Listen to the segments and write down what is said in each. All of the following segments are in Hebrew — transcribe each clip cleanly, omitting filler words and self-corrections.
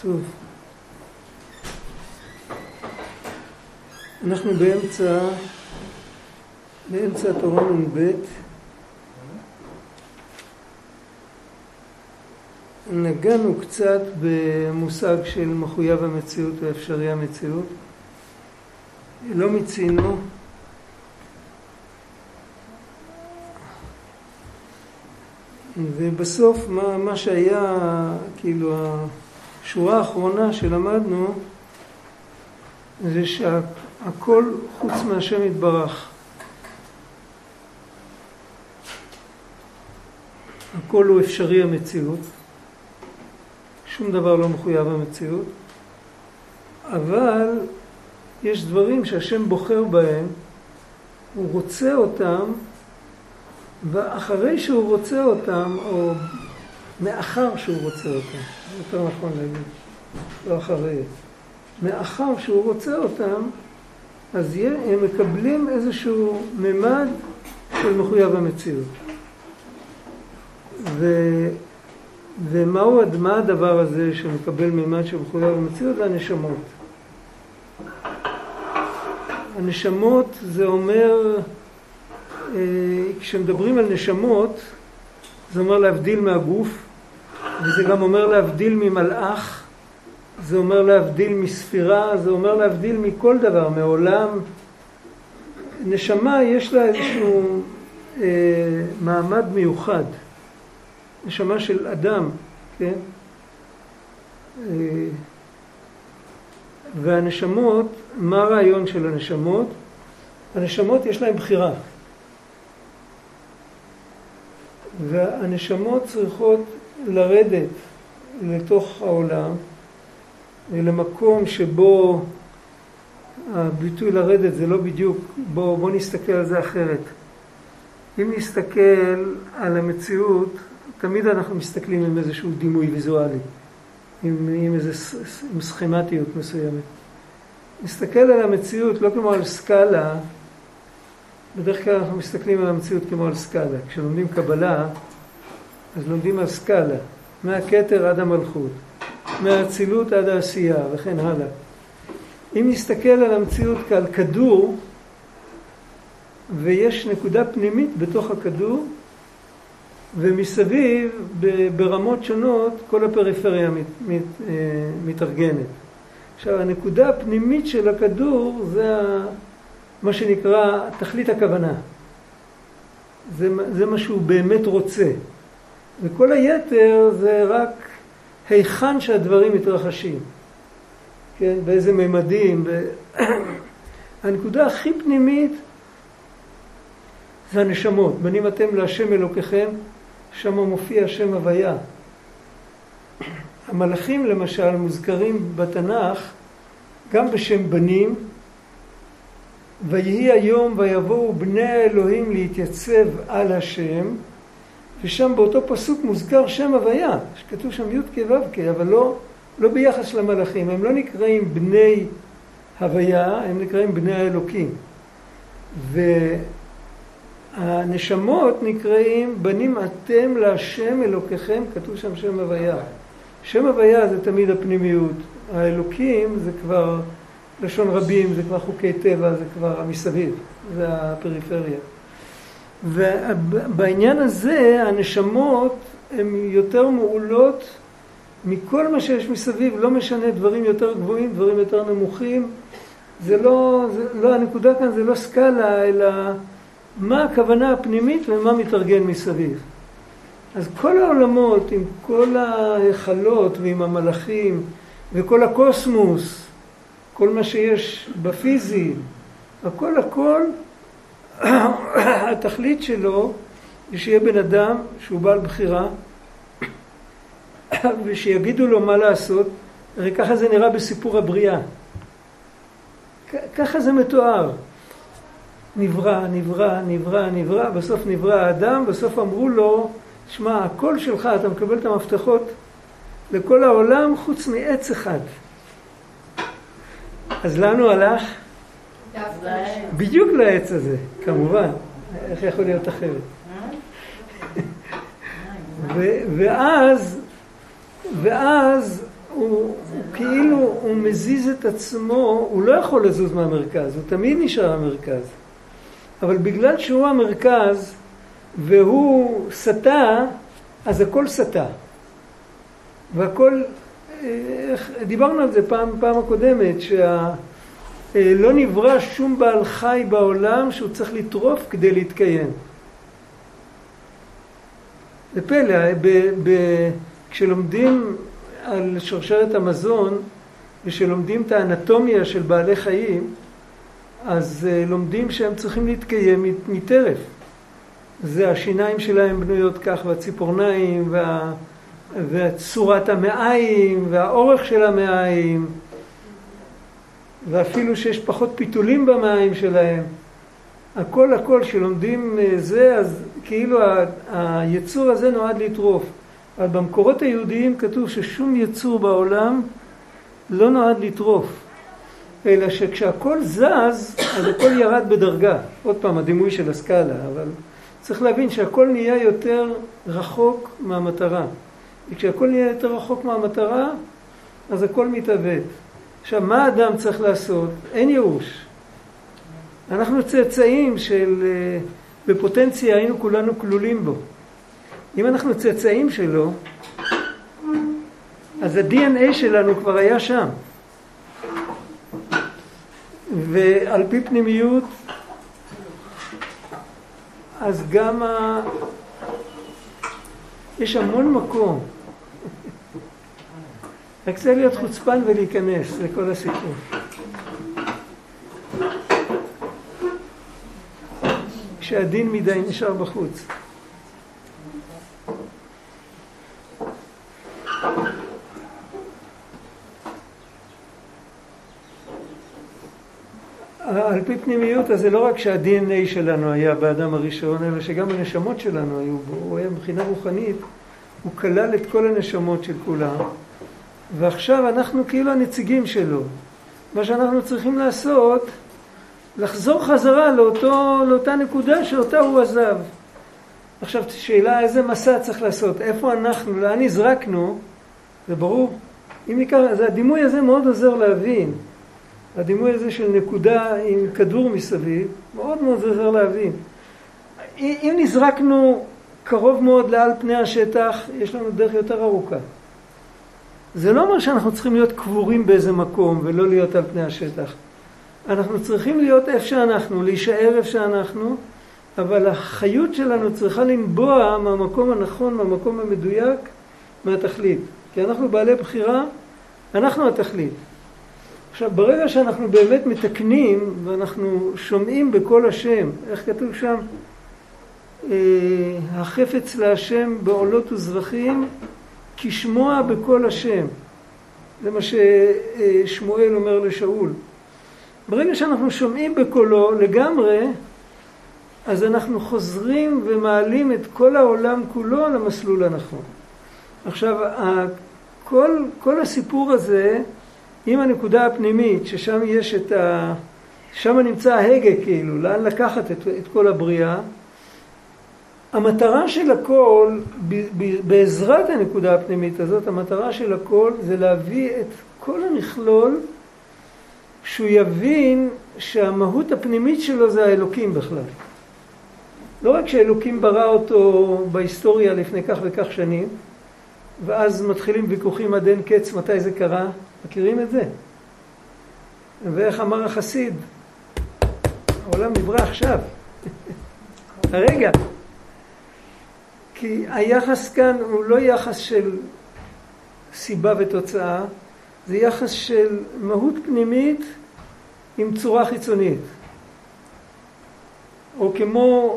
טוב. אנחנו באמצע תורה נ"ב. נגענו קצת במושג של מחויב המציאות ואפשרי המציאות. לא מצינו. ובסוף מה שהיה, כאילו השורה האחרונה שלמדנו, זה שהכל חוץ מהשם יתברך. הכל הוא אפשרי המציאות. שום דבר לא מחויב המציאות. אבל יש דברים שהשם בוחר בהם, הוא רוצה אותם, ואחרי שהוא רוצה אותם, או מאחר שהוא רוצה אותם, יותר נכון להגיד, לא אחרי, מאחר שהוא רוצה אותם, אז הם מקבלים איזשהו ממד של מחויב המציאות. מה הדבר הזה שמקבל ממד של מחויב המציאות? זה הנשמות. הנשמות זה אומר, כשמדברים על נשמות, זה אומר להבדיל מהגוף, וזה גם אומר להבדיל ממלאך, זה אומר להבדיל מספירה, זה אומר להבדיל מכל דבר, מעולם. נשמה יש לה איזשהו מעמד מיוחד. נשמה של אדם, כן? והנשמות, מה הרעיון של הנשמות? הנשמות יש להן בחירה. והנשמות צריכות לרדת לתוך העולם, למקום שבו הביטוי לרדת זה לא בדיוק, בוא נסתכל על זה אחרת. אם נסתכל על המציאות, תמיד אנחנו מסתכלים עם איזשהו דימוי ויזואלי, עם עם סכמטיות מסוימת. נסתכל על המציאות לא כמו על סקאלה, בדרך כלל אנחנו מסתכלים על המציאות כמו על סקאלה. כשלומדים קבלה, אז לומדים על סקאלה, מהכתר עד המלכות, מהאצילות עד העשייה וכן הלאה. אם נסתכל על המציאות כעל כדור, ויש נקודה פנימית בתוך הכדור, ומסביב ברמות שונות כל הפריפריה מתארגנת. עכשיו, הנקודה הפנימית של הכדור זה מה שנקרא תכלית הכוונה. זה מה שהוא באמת רוצה. וכל היתר זה רק היכן שהדברים מתרחשים. כן? באיזה ממדים. הנקודה הכי פנימית זה הנשמות. בנים אתם להשם אלוקיכם, שם מופיע שם הוויה. המלאכים למשל מוזכרים בתנ"ך גם בשם בנים, ויהי היום ויבואו בני האלוהים להתייצב על השם, ושם באותו פסוק מוזכר שם הוויה, שכתוב שם י' כ' ו' כ', אבל לא ביחס למלאכים. הם לא נקראים בני הוויה, הם נקראים בני האלוקים. והנשמות נקראים בנים אתם להשם אלוקיכם, כתוב שם שם הוויה. שם הוויה זה תמיד הפנימיות, האלוקים זה כבר לשון רבים, זה כבר חוקי טבע, זה כבר המסביב, זה הפריפריה. ובעניין הזה הנשמות הן יותר מעולות מכל מה שיש מסביב, לא משנה דברים יותר גבוהים, דברים יותר נמוכים. זה לא הנקודה כאן זה לא סקאלה, אלא מה הכוונה הפנימית ומה מתארגן מסביב. אז כל העולמות עם כל ההיכלות ועם המלאכים וכל הקוסמוס, כל מה שיש בפיזי, הכל, התכלית שלו היא שיהיה בן אדם שהוא בעל בחירה, ושיגידו לו מה לעשות. הרי ככה זה נראה בסיפור הבריאה. ככה זה מתואר. נברא, בסוף נברא האדם, בסוף אמרו לו, שמע, הכל שלך, אתה מקבל את המפתחות לכל העולם חוץ מעץ אחד. אז לנו הלך? בדיוק לעץ הזה, כמובן. איך יכול להיות אחרת? ואז הוא כאילו, הוא מזיז את עצמו, הוא לא יכול לזוז מהמרכז, הוא תמיד נשאר המרכז. אבל בגלל שהוא המרכז והוא סטה, אז הכל סטה. והכל, דיברנו על זה פעם הקודמת, שלא נברא שום בעל חי בעולם שהוא צריך לטרוף כדי להתקיים. זה פלא, כשלומדים על שרשרת המזון ושלומדים את האנטומיה של בעלי חיים, אז לומדים שהם צריכים להתקיים מטרף. זה השיניים שלהם בנויות כך, והציפורניים, וצורת המעיים, והאורך של המעיים, ואפילו שיש פחות פיתולים במעיים שלהם. הכל שלומדים זה, אז כאילו היצור הזה נועד לטרוף. אבל במקורות היהודיים כתוב ששום יצור בעולם לא נועד לטרוף. אלא שכשהכל זז, אז הכל ירד בדרגה. עוד פעם, הדימוי של הסקאלה, אבל צריך להבין שהכל נהיה יותר רחוק מהמטרה. וכשהכל נהיה יותר רחוק מהמטרה, אז הכל מתעוות. עכשיו, מה האדם צריך לעשות? אין ייאוש. אנחנו צאצאים של, בפוטנציה היינו כולנו כלולים בו. אם אנחנו צאצאים שלו, אז ה-DNA שלנו כבר היה שם. ועל פי פנימיות, אז גם יש המון מקום. רק צריך להיות חוצפן ולהיכנס, זה כל הסיפור. כשהדין מדי נשאר בחוץ. על פי פנימיות, אז זה לא רק שה-DNA שלנו היה באדם הראשון, אלא שגם הנשמות שלנו היו בו. הוא היה מבחינה רוחנית, הוא כלל את כל הנשמות של כולם. ועכשיו אנחנו כאילו הנציגים שלו. מה שאנחנו צריכים לעשות, לחזור חזרה לאותה נקודה שאותה הוא עזב. עכשיו, שאלה איזה מסע צריך לעשות, איפה אנחנו, לאן נזרקנו, זה ברור. אם ניקח, אז הדימוי הזה מאוד עוזר להבין. הדימוי הזה של נקודה עם כדור מסביב, מאוד מאוד עוזר להבין. אם נזרקנו קרוב מאוד לעל פני השטח, יש לנו דרך יותר ארוכה. זה לא אומר שאנחנו צריכים להיות קבורים באיזה מקום ולא להיות על פני השטח. אנחנו צריכים להיות איפה שאנחנו, להישאר איפה שאנחנו, אבל החיות שלנו צריכה לנבוע מהמקום הנכון, מהמקום המדויק, מהתכלית. כי אנחנו בעלי בחירה, אנחנו התכלית. עכשיו, ברגע שאנחנו באמת מתקנים ואנחנו שומעים בקול השם, איך כתוב שם? החפץ להשם בעולות וזבחים, כשמוע בקול השם. זה מה ששמואל אומר לשאול. ברגע שאנחנו שומעים בקולו לגמרי, אז אנחנו חוזרים ומעלים את כל העולם כולו למסלול הנכון. עכשיו, כל הסיפור הזה, עם הנקודה הפנימית, ששם יש שם נמצא ההגה כאילו, לאן לקחת את כל הבריאה, המטרה של הכל, בעזרת הנקודה הפנימית הזאת, המטרה של הכל זה להביא את כל המכלול, שהוא יבין שהמהות הפנימית שלו זה האלוקים בכלל. לא רק שאלוקים ברא אותו בהיסטוריה לפני כך וכך שנים, ואז מתחילים ויכוחים עד אין קץ מתי זה קרה, מכירים את זה? ואיך אמר החסיד? העולם נברא עכשיו. הרגע. כי היחס כאן הוא לא יחס של סיבה ותוצאה, זה יחס של מהות פנימית עם צורה חיצונית. או כמו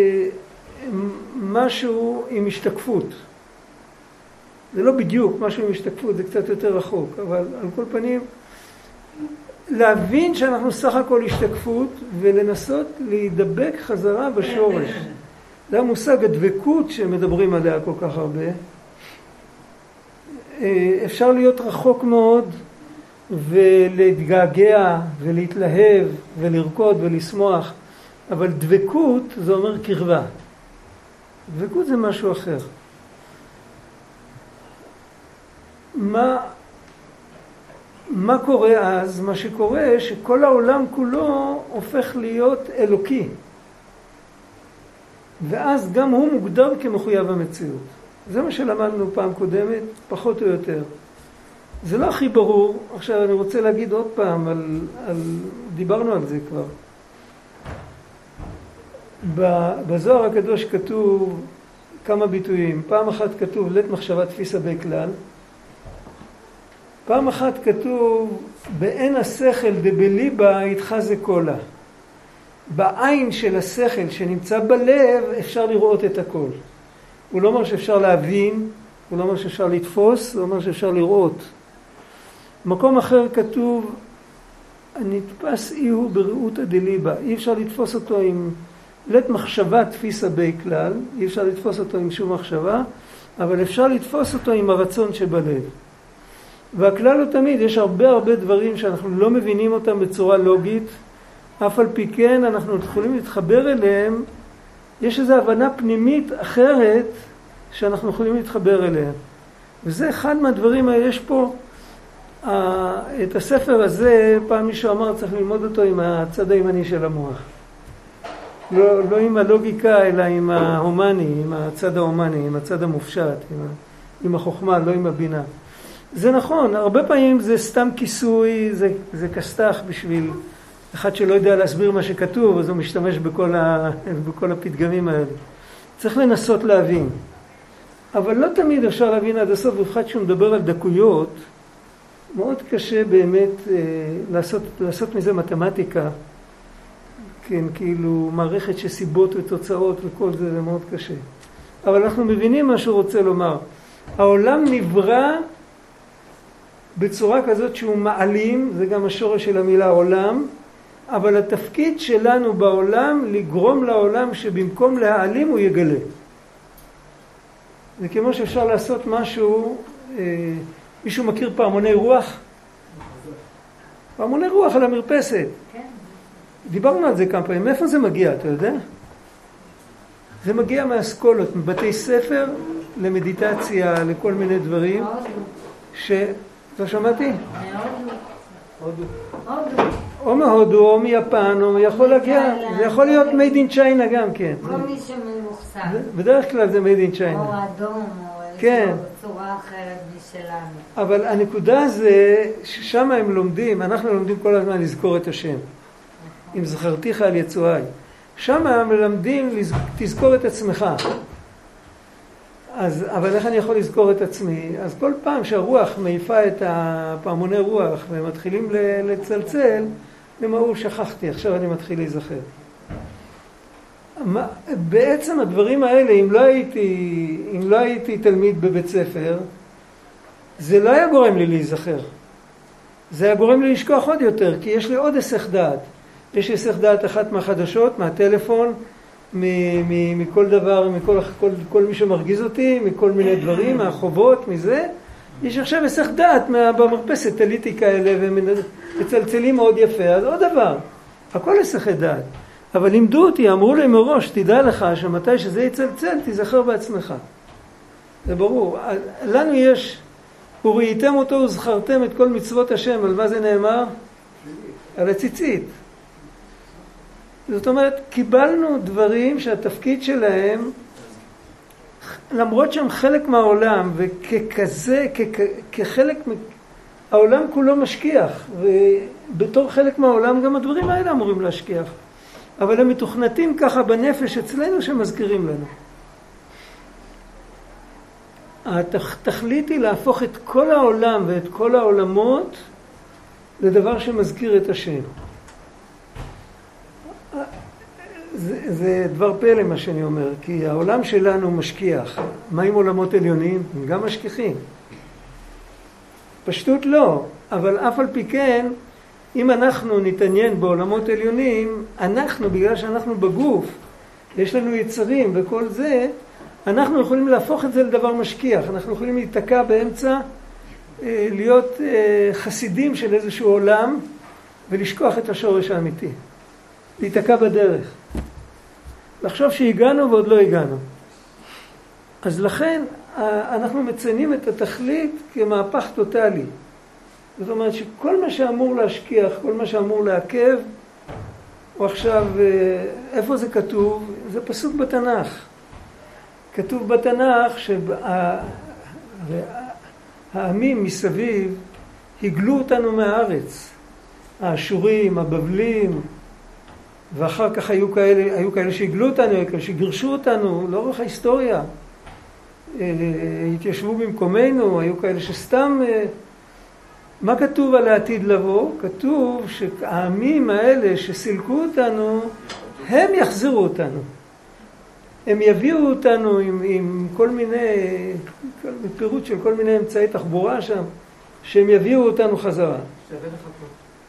משהו עם השתקפות. זה לא בדיוק משהו עם השתקפות, זה קצת יותר רחוק, אבל על כל פנים, להבין שאנחנו סך הכל השתקפות ולנסות להידבק חזרה בשורש. זה המושג הדבקות שמדברים עליה כל כך הרבה. אפשר להיות רחוק מאוד ולהתגעגע ולהתלהב ולרקוד ולשמוח, אבל דבקות זה אומר קרבה. דבקות זה משהו אחר. מה קורה אז? מה שקורה שכל העולם כולו הופך להיות אלוקי. ואז גם הוא מוגדר כמחויב המציאות. זה מה שלמדנו פעם קודמת, פחות או יותר. זה לא הכי ברור. עכשיו אני רוצה להגיד עוד פעם, דיברנו על זה כבר. בזוהר הקדוש כתוב כמה ביטויים. פעם אחת כתוב לית מחשבה תפיסה בכלל. פעם אחת כתוב באין השכל דבליבה יתחזה קולה. בעין של השכל שנמצא בלב אפשר לראות את הכל. הוא לא אומר שאפשר להבין, הוא לא אומר שאפשר לתפוס, הוא אומר שאפשר לראות. במקום אחר כתוב הנתפס איהו ברעותא דליבה. אי אפשר לתפוס אותו עם לית מחשבה תפיסה בכלל, אי אפשר לתפוס אותו עם שום מחשבה, אבל אפשר לתפוס אותו עם הרצון שבלב. והכלל הוא תמיד, יש הרבה דברים שאנחנו לא מבינים אותם בצורה לוגית, אף על פי כן אנחנו יכולים להתחבר אליהם, יש איזו הבנה פנימית אחרת שאנחנו יכולים להתחבר אליהם. וזה אחד מהדברים האלה. יש פה, את הספר הזה, פעם מישהו אמר צריך ללמוד אותו עם הצד הימני של המוח. לא עם הלוגיקה, אלא עם ההומני, עם הצד ההומני, עם הצד המופשט, עם החוכמה, לא עם הבינה. זה נכון, הרבה פעמים זה סתם כיסוי, זה כסתח בשביל אחד שלא יודע להסביר מה שכתוב, אז הוא משתמש בכל הפתגמים האלה. צריך לנסות להבין. אבל לא תמיד אפשר להבין עד הסוף, ובפרט שהוא מדבר על דקויות, מאוד קשה באמת לעשות מזה מתמטיקה, כן, כאילו מערכת שסיבות ותוצאות וכל זה, זה מאוד קשה. אבל אנחנו מבינים מה שהוא רוצה לומר. העולם נברא בצורה כזאת שהוא מעלים, זה גם השורש של המילה עולם, אבל התפקיד שלנו בעולם לגרום לעולם שבמקום להעלים הוא יגלה. זה כמו שאפשר לעשות משהו, מישהו מכיר פעמוני רוח? פעמוני רוח על המרפסת. כן. דיברנו על זה כמה פעמים. מאיפה זה מגיע, אתה יודע? זה מגיע מהאסכולות, מבתי ספר למדיטציה, לכל מיני דברים. אתה שמעתי? או מהודו, או מיפן, או יכול להגיע, זה יכול להיות made in China גם כן. כל מי שממוחסן. בדרך כלל זה made in China. או אדום, או איזו צורה אחרת משלנו. אבל הנקודה זה ששם הם לומדים, אנחנו לומדים כל הזמן לזכור את השם. אם זכרתיך על יצואי. שם הם מלמדים תזכור את עצמך. אבל איך אני יכול לזכור את עצמי? אז כל פעם שהרוח מעיפה את הפעמוני רוח ומתחילים לצלצל, למה שכחתי, עכשיו אני מתחיל להיזכר. בעצם הדברים האלה, אם לא הייתי תלמיד בבית ספר, זה לא היה גורם לי להיזכר. זה היה גורם לי לשכוח עוד יותר, כי יש לי עוד היסח דעת. יש לי היסח דעת אחת מהחדשות, מהטלפון, מכל דבר, כל מי שמרגיז אותי, מכל מיני דברים, מהחובות, מזה. יש עכשיו היסח דעת במרפסת, תליתי כאלה, ומצלצלים מאוד יפה, אז עוד דבר. הכל היסח דעת. אבל לימדו אותי, אמרו לי מראש, תדע לך שמתי שזה יצלצל, תזכר בעצמך. זה ברור. לנו יש, וראיתם אותו וזכרתם את כל מצוות השם, על מה זה נאמר? על הציצית. זאת אומרת, קיבלנו דברים שהתפקיד שלהם, למרות שהם חלק מהעולם, וככזה, כחלק, העולם כולו משכיח, ובתור חלק מהעולם גם הדברים האלה אמורים להשכיח. אבל הם מתוכנתים ככה בנפש אצלנו שמזכירים לנו. התכלית היא להפוך את כל העולם ואת כל העולמות לדבר שמזכיר את השם. זה דבר פלא מה שאני אומר, כי העולם שלנו משכיח. מה עם עולמות עליונים? הם גם משכיחים. פשטות לא, אבל אף על פי כן, אם אנחנו נתעניין בעולמות עליונים, אנחנו, בגלל שאנחנו בגוף, יש לנו יצרים וכל זה, אנחנו יכולים להפוך את זה לדבר משכיח. אנחנו יכולים להתקע באמצע, להיות חסידים של איזשהו עולם, ולשכוח את השורש האמיתי. להתקע בדרך. לחשוב שהגענו ועוד לא הגענו. אז לכן אנחנו מציינים את התכלית כמהפך טוטלי. זאת אומרת שכל מה שאמור להשכיח, כל מה שאמור לעכב, הוא עכשיו, איפה זה כתוב? זה פסוק בתנ"ך. כתוב בתנ"ך שהעמים מסביב הגלו אותנו מהארץ. האשורים, הבבלים, ואחר כך היו כאלה שהגלו אותנו, היו כאלה שגירשו אותנו לאורך ההיסטוריה. התיישבו במקומנו, היו כאלה שסתם... מה כתוב על העתיד לבוא? כתוב שהעמים האלה שסילקו אותנו, הם יחזירו אותנו. הם יביאו אותנו עם כל מיני, פירוט של כל מיני אמצעי תחבורה שם, שהם יביאו אותנו חזרה. שווה לחכות.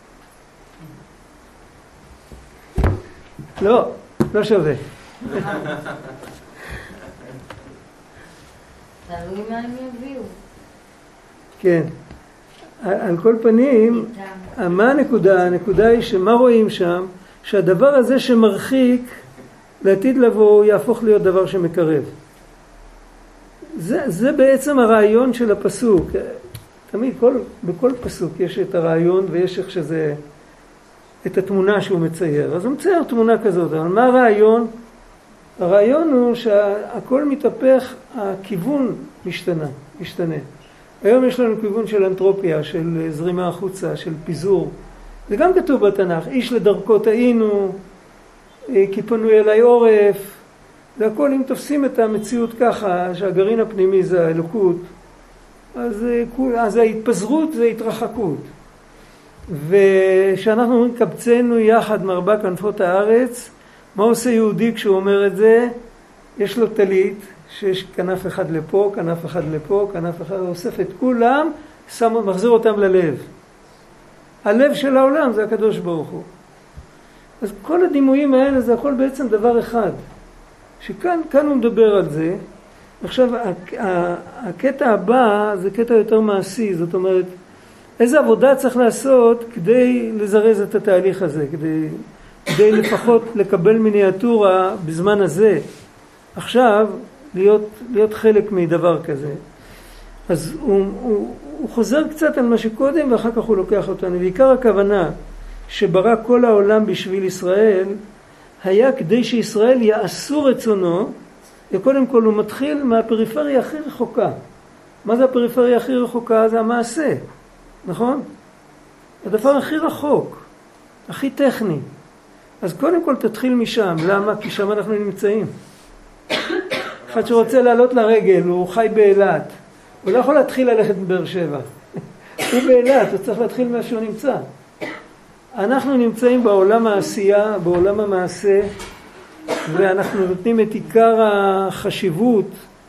לא, לא שווה. תלוי מה הם יביאו. כן. על כל פנים, מה הנקודה? הנקודה היא שמה רואים שם? שהדבר הזה שמרחיק לעתיד לבוא יהפוך להיות דבר שמקרב. זה בעצם הרעיון של הפסוק. תמיד בכל פסוק יש את הרעיון ויש איך שזה, את התמונה שהוא מצייר. אז הוא מצייר תמונה כזאת. אבל מה הרעיון? הרעיון הוא שהכל מתהפך, הכיוון משתנה. היום יש לנו כיוון של אנטרופיה, של זרימה החוצה, של פיזור. זה גם כתוב בתנ"ך, איש לדרכו טעינו, כי פנוי אליי עורף. זה הכל, אם תופסים את המציאות ככה, שהגרעין הפנימי זה האלוקות, אז ההתפזרות זה התרחקות. ושאנחנו אומרים קבצנו יחד מארבע כנפות הארץ, מה עושה יהודי כשהוא אומר את זה? יש לו טלית, שיש כנף אחד לפה, כנף אחד לפה, כנף אחד, אוסף את כולם, מחזיר אותם ללב. הלב של העולם זה הקדוש ברוך הוא. אז כל הדימויים האלה זה הכל בעצם דבר אחד. שכאן הוא מדבר על זה. עכשיו, הקטע הבא זה קטע יותר מעשי, זאת אומרת, איזה עבודה צריך לעשות כדי לזרז את התהליך הזה, כדי לפחות לקבל מיניאטורה בזמן הזה. עכשיו, להיות חלק מדבר כזה. אז הוא חוזר קצת על מה שקודם ואחר כך הוא לוקח אותנו. ועיקר הכוונה שברא כל העולם בשביל ישראל היה כדי שישראל יעשו רצונו, וקודם כל הוא מתחיל מהפריפריה הכי רחוקה. מה זה הפריפריה הכי רחוקה? זה המעשה, נכון? הדבר הכי רחוק, הכי טכני. אז קודם כל תתחיל משם. למה? כי שם אנחנו נמצאים. אחד שרוצה לעלות לרגל, הוא חי באילת. הוא לא יכול להתחיל ללכת מבאר שבע. הוא באילת, הוא צריך להתחיל מה שהוא נמצא. אנחנו נמצאים בעולם העשייה, בעולם המעשה, ואנחנו נותנים את עיקר החשיבות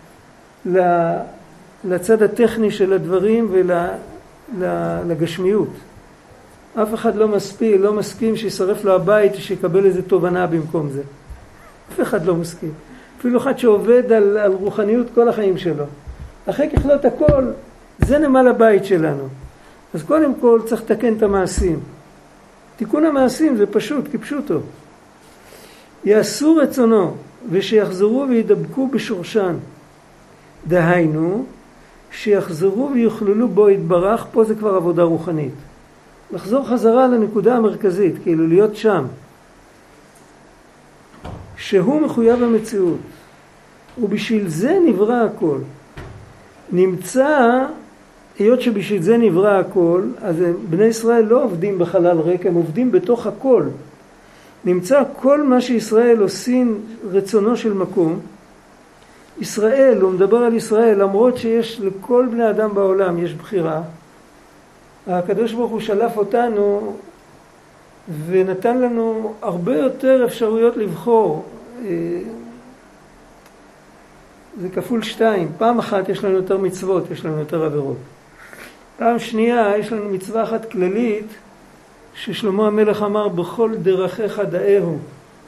לצד הטכני של הדברים ולגשמיות. אף אחד לא מסכים שישרף לו הבית ושיקבל איזו תובנה במקום זה. אף אחד לא מסכים. אפילו אחד שעובד על רוחניות כל החיים שלו. אחרי ככלות הכל, זה נמל הבית שלנו. אז קודם כל צריך לתקן את המעשים. תיקון המעשים זה פשוט, כפשוטו. יעשו רצונו ושיחזרו וידבקו בשורשן. דהיינו, שיחזרו ויוכללו בו יתברך, פה זה כבר עבודה רוחנית. לחזור חזרה לנקודה המרכזית, כאילו להיות שם. שהוא מחויב המציאות. ובשביל זה נברא הכל. נמצא, היות שבשביל זה נברא הכל, אז בני ישראל לא עובדים בחלל ריק, הם עובדים בתוך הכל. נמצא כל מה שישראל עושים רצונו של מקום. ישראל, הוא מדבר על ישראל, למרות שיש לכל בני אדם בעולם, יש בחירה. הקדוש ברוך הוא שלף אותנו ונתן לנו הרבה יותר אפשרויות לבחור. זה כפול 2. פעם אחת יש לנו יותר מצוות, יש לנו יותר עבירות. פעם שנייה יש לנו מצווה אחת כללית, ששלמה המלך אמר, בכל דרכיך דאהו.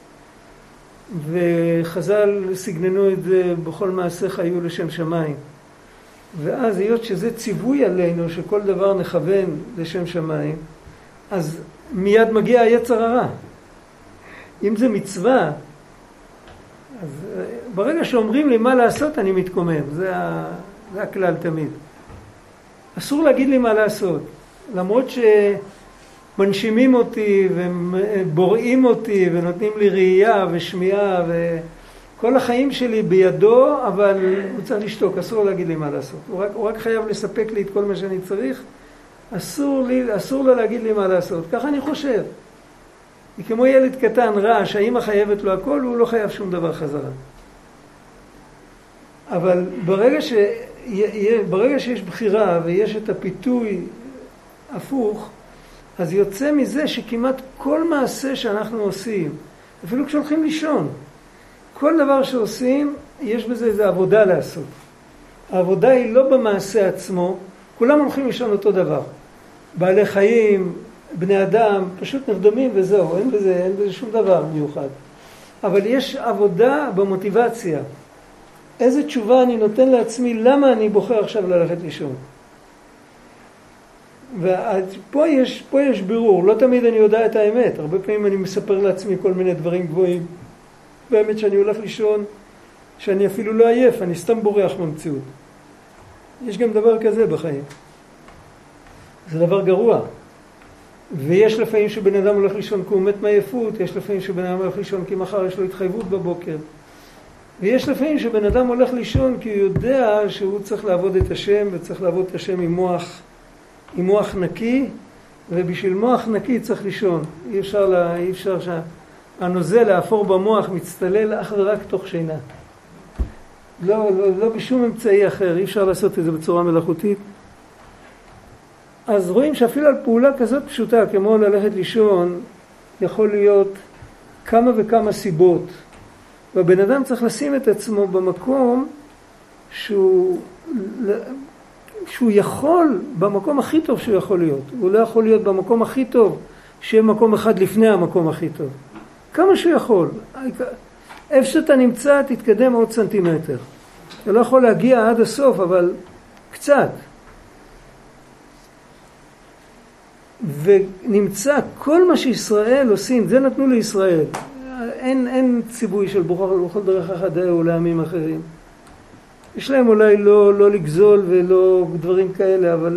וחז"ל סגננו את זה, בכל מעשיך יהיו לשם שמיים. ואז היות שזה ציווי עלינו, שכל דבר נכוון לשם שמיים, אז מיד מגיע היצר הרע. אם זה מצווה, אז ברגע שאומרים לי מה לעשות, אני מתקומם. זה הכלל תמיד. אסור להגיד לי מה לעשות. למרות שמנשימים אותי ובוראים אותי ונותנים לי ראייה ושמיעה וכל החיים שלי בידו, אבל הוא צריך לשתוק, אסור להגיד לי מה לעשות. הוא רק חייב לספק לי את כל מה שאני צריך, אסור לו להגיד לי מה לעשות. ככה אני חושב. כמו ילד קטן רע שהאמא חייבת לו הכל, הוא לא חייב שום דבר חזרה. אבל ברגע שיש בחירה ויש את הפיתוי הפוך, אז יוצא מזה שכמעט כל מעשה שאנחנו עושים, אפילו כשהולכים לישון, כל דבר שעושים, יש בזה איזו עבודה לעשות. העבודה היא לא במעשה עצמו, כולם הולכים לישון אותו דבר. בעלי חיים, בני אדם, פשוט נרדמים וזהו, אין בזה שום דבר מיוחד. אבל יש עבודה במוטיבציה. איזה תשובה אני נותן לעצמי, למה אני בוחר עכשיו ללכת לישון? ופה יש בירור, לא תמיד אני יודע את האמת. הרבה פעמים אני מספר לעצמי כל מיני דברים גבוהים. באמת שאני הולך לישון, שאני אפילו לא עייף, אני סתם בורח במציאות. יש גם דבר כזה בחיים. זה דבר גרוע. ויש לפעמים שבן אדם הולך לישון כי הוא מת מעייפות, יש לפעמים שבן אדם הולך לישון כי מחר יש לו התחייבות בבוקר. ויש לפעמים שבן אדם הולך לישון כי הוא יודע שהוא צריך לעבוד את השם, וצריך לעבוד את השם עם מוח נקי, ובשביל מוח נקי צריך לישון. אי אפשר שהנוזל האפור במוח מצטלל אך ורק תוך שינה. לא בשום אמצעי אחר, אי אפשר לעשות את זה בצורה מלאכותית. אז רואים שאפילו על פעולה כזאת פשוטה, כמו ללכת לישון, יכול להיות כמה וכמה סיבות. והבן אדם צריך לשים את עצמו במקום שהוא יכול, במקום הכי טוב שהוא יכול להיות. הוא לא יכול להיות במקום הכי טוב, שיהיה מקום אחד לפני המקום הכי טוב. כמה שהוא יכול. איפה שאתה נמצא, תתקדם עוד סנטימטר. אתה לא יכול להגיע עד הסוף, אבל קצת. ונמצא כל מה שישראל עושים, זה נתנו לישראל. אין ציווי של בכל דרך אחדהו לעמים אחרים. יש להם אולי לא לגזול ולא דברים כאלה, אבל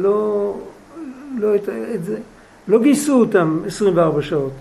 לא גייסו אותם 24 שעות.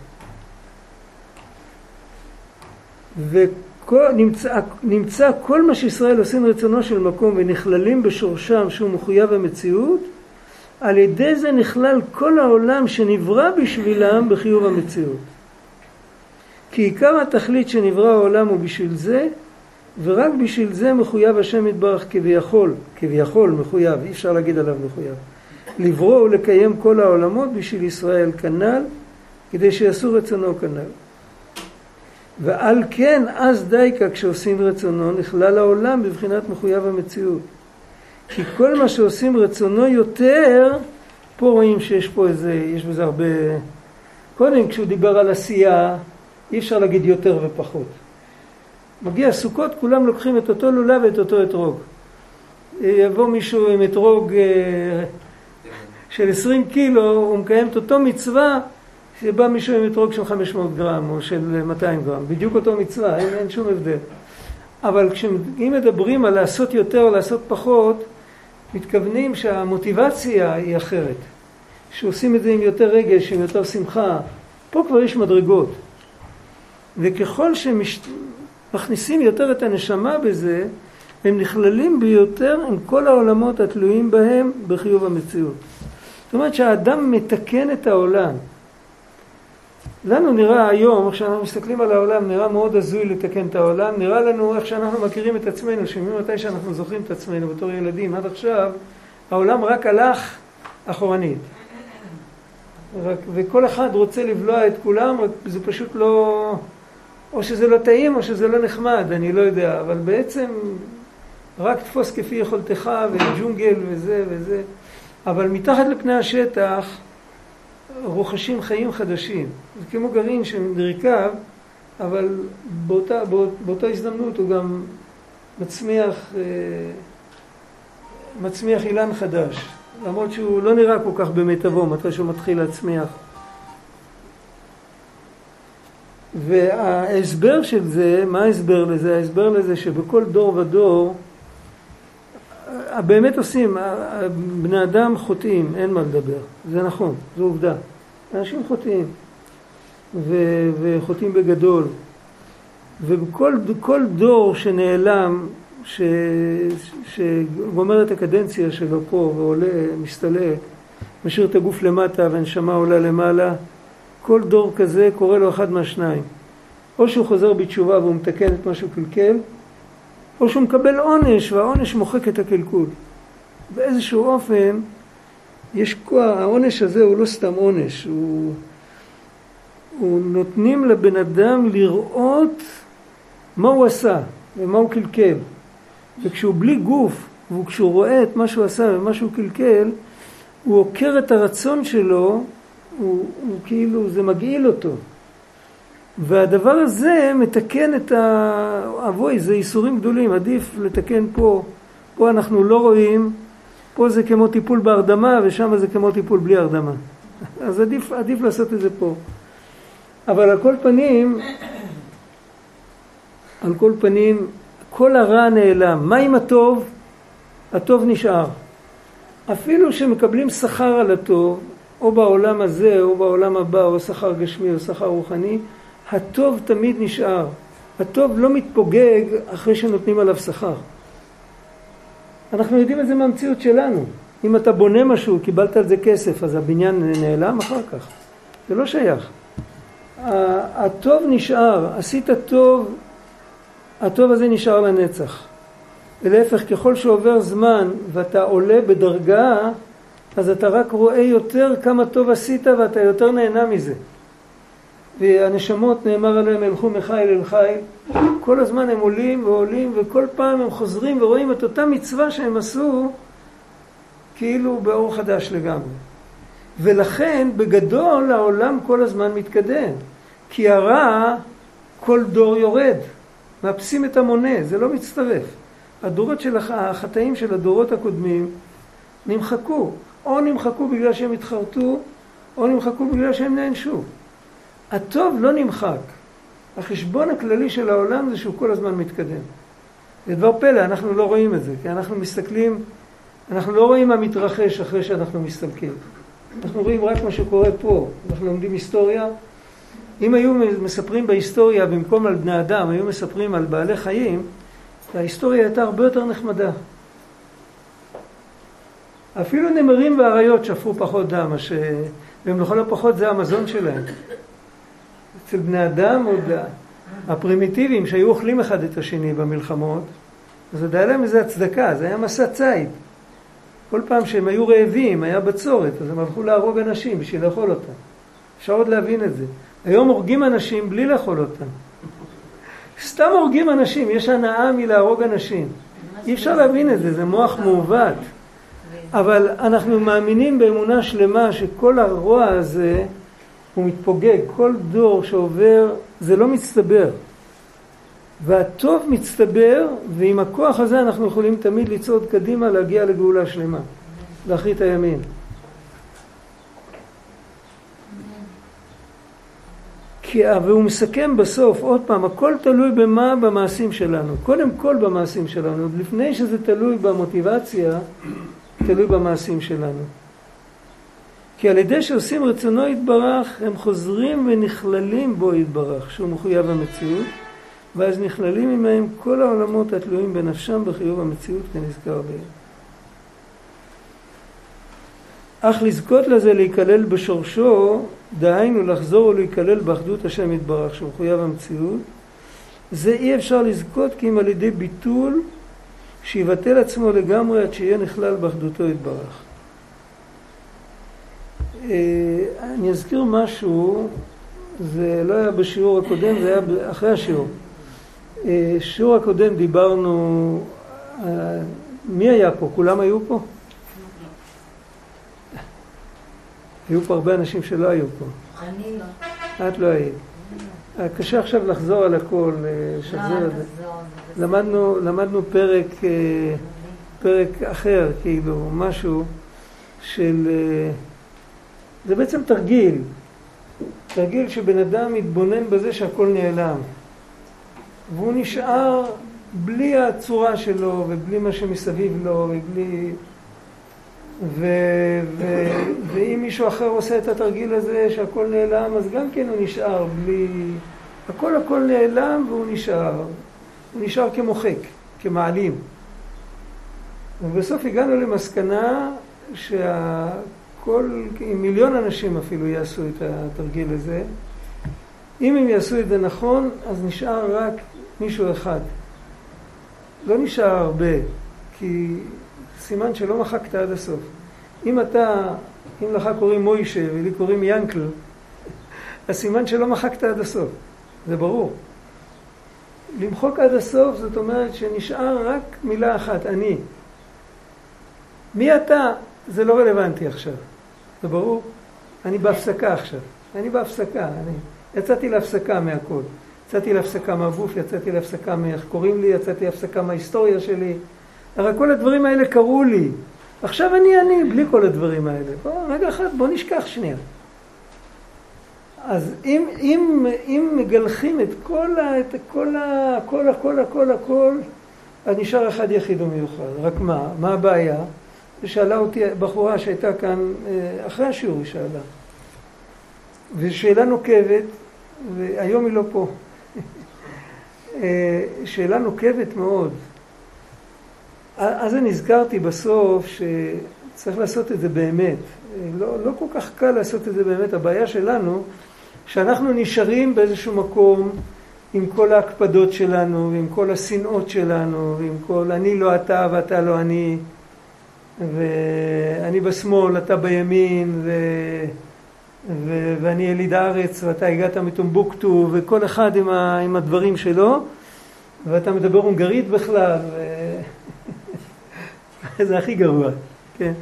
ונמצא כל מה שישראל עושים רצונו של מקום ונכללים בשורשם שהוא מחויב המציאות, על ידי זה נכלל כל העולם שנברא בשבילם בחיוב המציאות. כי עיקר התכלית שנברא העולם הוא בשביל זה, ורק בשביל זה מחויב השם יתברך כביכול מחויב, אי אפשר להגיד עליו מחויב. לברוא ולקיים כל העולמות בשביל ישראל כנ"ל, כדי שיעשו רצונו כנ"ל. ועל כן אז דייקה כשעושים רצונו נכלל העולם בבחינת מחויב המציאות. כי כל מה שעושים רצונו יותר, פה רואים שיש פה יש בזה הרבה... קודם כשהוא דיבר על עשייה, אי אפשר להגיד יותר ופחות. מגיע סוכות, כולם לוקחים את אותו לולה ואת אותו אתרוג. יבוא מישהו עם אתרוג של 20 קילו, הוא מקיים את אותו מצווה, שבא מישהו עם אתרוג של 500 גרם או של 200 גרם. בדיוק אותו מצווה, אין שום הבדל. אבל אם מדברים על לעשות יותר או לעשות פחות, מתכוונים שהמוטיבציה היא אחרת. שעושים את זה עם יותר רגש, עם יותר שמחה. פה כבר יש מדרגות. וככל שמכניסים יותר את הנשמה בזה, הם נכללים ביותר עם כל העולמות התלויים בהם בחיוב המציאות. זאת אומרת שהאדם מתקן את העולם. לנו נראה היום, כשאנחנו מסתכלים על העולם, נראה מאוד הזוי לתקן את העולם. נראה לנו איך שאנחנו מכירים את עצמנו, שממתי שאנחנו זוכרים את עצמנו בתור ילדים. עד עכשיו העולם רק הלך אחורנית. וכל אחד רוצה לבלוע את כולם, זה פשוט לא... או שזה לא טעים או שזה לא נחמד, אני לא יודע. אבל בעצם רק תפוס כפי יכולתך וג'ונגל וזה וזה. אבל מתחת לפני השטח רוכשים חיים חדשים. זה כמו גרעין שנרקב, אבל באותה הזדמנות הוא גם מצמיח אילן חדש. למרות שהוא לא נראה כל כך במיטבו, מתי שהוא מתחיל להצמיח. וההסבר של זה, מה ההסבר לזה? ההסבר לזה שבכל דור ודור באמת עושים, בני אדם חוטאים, אין מה לדבר, זה נכון, זו עובדה. אנשים חוטאים, וחוטאים בגדול. וכל דור שנעלם, שגומר את הקדנציה שלו פה ועולה, מסתלק, משאיר את הגוף למטה והנשמה עולה למעלה, כל דור כזה קורא לו אחד מהשניים. או שהוא חוזר בתשובה והוא מתקן את מה שהוא קלקל, או שהוא מקבל עונש והעונש מוחק את הקלקול. באיזשהו אופן יש כוח, העונש הזה הוא לא סתם עונש, הוא נותנים לבן אדם לראות מה הוא עשה ומה הוא קלקל. וכשהוא בלי גוף, וכשהוא רואה את מה שהוא עשה ומה שהוא קלקל, הוא עוקר את הרצון שלו, הוא כאילו, זה מגעיל אותו. והדבר הזה מתקן את אבוי, זה איסורים גדולים, עדיף לתקן פה. פה אנחנו לא רואים, פה זה כמו טיפול בהרדמה ושם זה כמו טיפול בלי הרדמה. אז עדיף לעשות את זה פה. אבל על כל פנים, כל הרע נעלם. מה עם הטוב? הטוב נשאר. אפילו שמקבלים שכר על הטוב, או בעולם הזה או בעולם הבא, או שכר גשמי או שכר רוחני, הטוב תמיד נשאר. הטוב לא מתפוגג אחרי שנותנים עליו שכר. אנחנו יודעים את זה מהמציאות שלנו. אם אתה בונה משהו, קיבלת על זה כסף, אז הבניין נעלם אחר כך. זה לא שייך. הטוב נשאר, עשית טוב, הטוב הזה נשאר לנצח. ולהפך, ככל שעובר זמן ואתה עולה בדרגה, אז אתה רק רואה יותר כמה טוב עשית ואתה יותר נהנה מזה. והנשמות נאמר עליהם הלכו מחיל אל חיל, כל הזמן הם עולים ועולים וכל פעם הם חוזרים ורואים את אותה מצווה שהם עשו כאילו באור חדש לגמרי. ולכן בגדול העולם כל הזמן מתקדם, כי הרע כל דור יורד, מאפסים את המונה, זה לא מצטרף. הדורות של החטאים של הדורות הקודמים נמחקו, או נמחקו בגלל שהם התחרטו, או נמחקו בגלל שהם נענשו. הטוב לא נמחק. החשבון הכללי של העולם זה שהוא כל הזמן מתקדם. זה דבר פלא, אנחנו לא רואים את זה, כי אנחנו מסתכלים, אנחנו לא רואים מה מתרחש אחרי שאנחנו מסתלקים. אנחנו רואים רק מה שקורה פה. אנחנו לומדים היסטוריה. אם היו מספרים בהיסטוריה במקום על בני אדם, היו מספרים על בעלי חיים, ההיסטוריה הייתה הרבה יותר נחמדה. אפילו נמרים ואריות שפכו פחות דם, והם לכל הפחות זה המזון שלהם. אצל בני אדם, עוד הפרימיטיביים שהיו אוכלים אחד את השני במלחמות, אז היה להם איזו הצדקה, זה היה מסע ציד. כל פעם שהם היו רעבים, היה בצורת, אז הם הלכו להרוג אנשים בשביל לאכול אותם. אפשר עוד להבין את זה. היום הורגים אנשים בלי לאכול אותם. סתם הורגים אנשים, יש הנאה מלהרוג אנשים. אי אפשר להבין את זה, זה מוח מעוות. אבל אנחנו מאמינים באמונה שלמה שכל הרוע הזה הוא מתפוגג. כל דור שעובר זה לא מצטבר. והטוב מצטבר, ועם הכוח הזה אנחנו יכולים תמיד לצעוד קדימה להגיע לגאולה שלמה. לאחרית הימין. והוא מסכם בסוף, עוד פעם, הכל תלוי במה? במעשים שלנו. קודם כל במעשים שלנו. לפני שזה תלוי במוטיבציה, תלוי במעשים שלנו. כי על ידי שעושים רצונו יתברך, הם חוזרים ונכללים בו יתברך, שהוא מחויב המציאות, ואז נכללים עמהם כל העולמות התלויים בנפשם בחיוב המציאות כנזכר בהם. אך לזכות לזה להיכלל בשורשו, דהיינו לחזור ולהיכלל באחדות השם יתברך, שהוא מחויב המציאות, זה אי אפשר לזכות כי אם על ידי ביטול שיבטל עצמו לגמרי עד שיהיה נכלל באחדותו יתברך. אני אזכיר משהו, זה לא היה בשיעור הקודם, זה היה אחרי השיעור. שיעור הקודם דיברנו, מי היה פה? כולם היו פה? היו פה הרבה אנשים שלא היו פה. אני לא. את לא היית. קשה עכשיו לחזור על הכל, שחזר את זה. למדנו פרק אחר, כאילו, משהו של... זה בעצם תרגיל שבן אדם מתבונן בזה שהכל נעלם. והוא נשאר בלי הצורה שלו ובלי מה שמסביב לו ובלי... ואם מישהו אחר עושה את התרגיל הזה שהכל נעלם, אז גם כן הוא נשאר בלי... הכל נעלם והוא נשאר. הוא נשאר כמוחק, כמעלים. ובסוף הגענו למסקנה שהכל, אם מיליון אנשים אפילו יעשו את התרגיל הזה, אם הם יעשו את זה נכון, אז נשאר רק מישהו אחד. לא נשאר הרבה, כי סימן שלא מחקת עד הסוף. אם לך קוראים מוישה ולי קוראים ינקל, אז סימן שלא מחקת עד הסוף. זה ברור. למחוק עד הסוף זאת אומרת שנשאר רק מילה אחת, אני. מי אתה? זה לא רלוונטי עכשיו. זה ברור? אני בהפסקה עכשיו. אני בהפסקה. יצאתי להפסקה מהכל. יצאתי להפסקה מהגוף, יצאתי להפסקה מאיך קוראים לי, יצאתי להפסקה מההיסטוריה שלי. הרי כל הדברים האלה קרו לי. עכשיו אני, בלי כל הדברים האלה. רגע אחד, בוא נשכח שנייה. אז אם מגלחים את הכל, אז נשאר אחד יחיד ומיוחד. רק מה הבעיה? ושאלה אותי בחורה שהייתה כאן אחרי השיעור, היא שאלה. ושאלה נוקבת, והיום היא לא פה. שאלה נוקבת מאוד. אז אני נזכרתי בסוף שצריך לעשות את זה באמת. לא כל כך קל לעשות את זה באמת. הבעיה שלנו, שאנחנו נשארים באיזשהו מקום עם כל ההקפדות שלנו, ועם כל השנאות שלנו, ועם כל אני לא אתה ואתה לא אני, ואני בשמאל, אתה בימין, ואני יליד הארץ, ואתה הגעת מטומבוקטו, וכל אחד עם הדברים שלו, ואתה מדבר הונגרית בכלל, זה הכי גרוע, כן.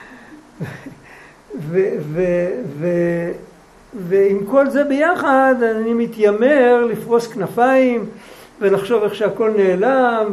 ועם כל זה ביחד אני מתיימר לפרוס כנפיים ולחשוב איך שהכל נעלם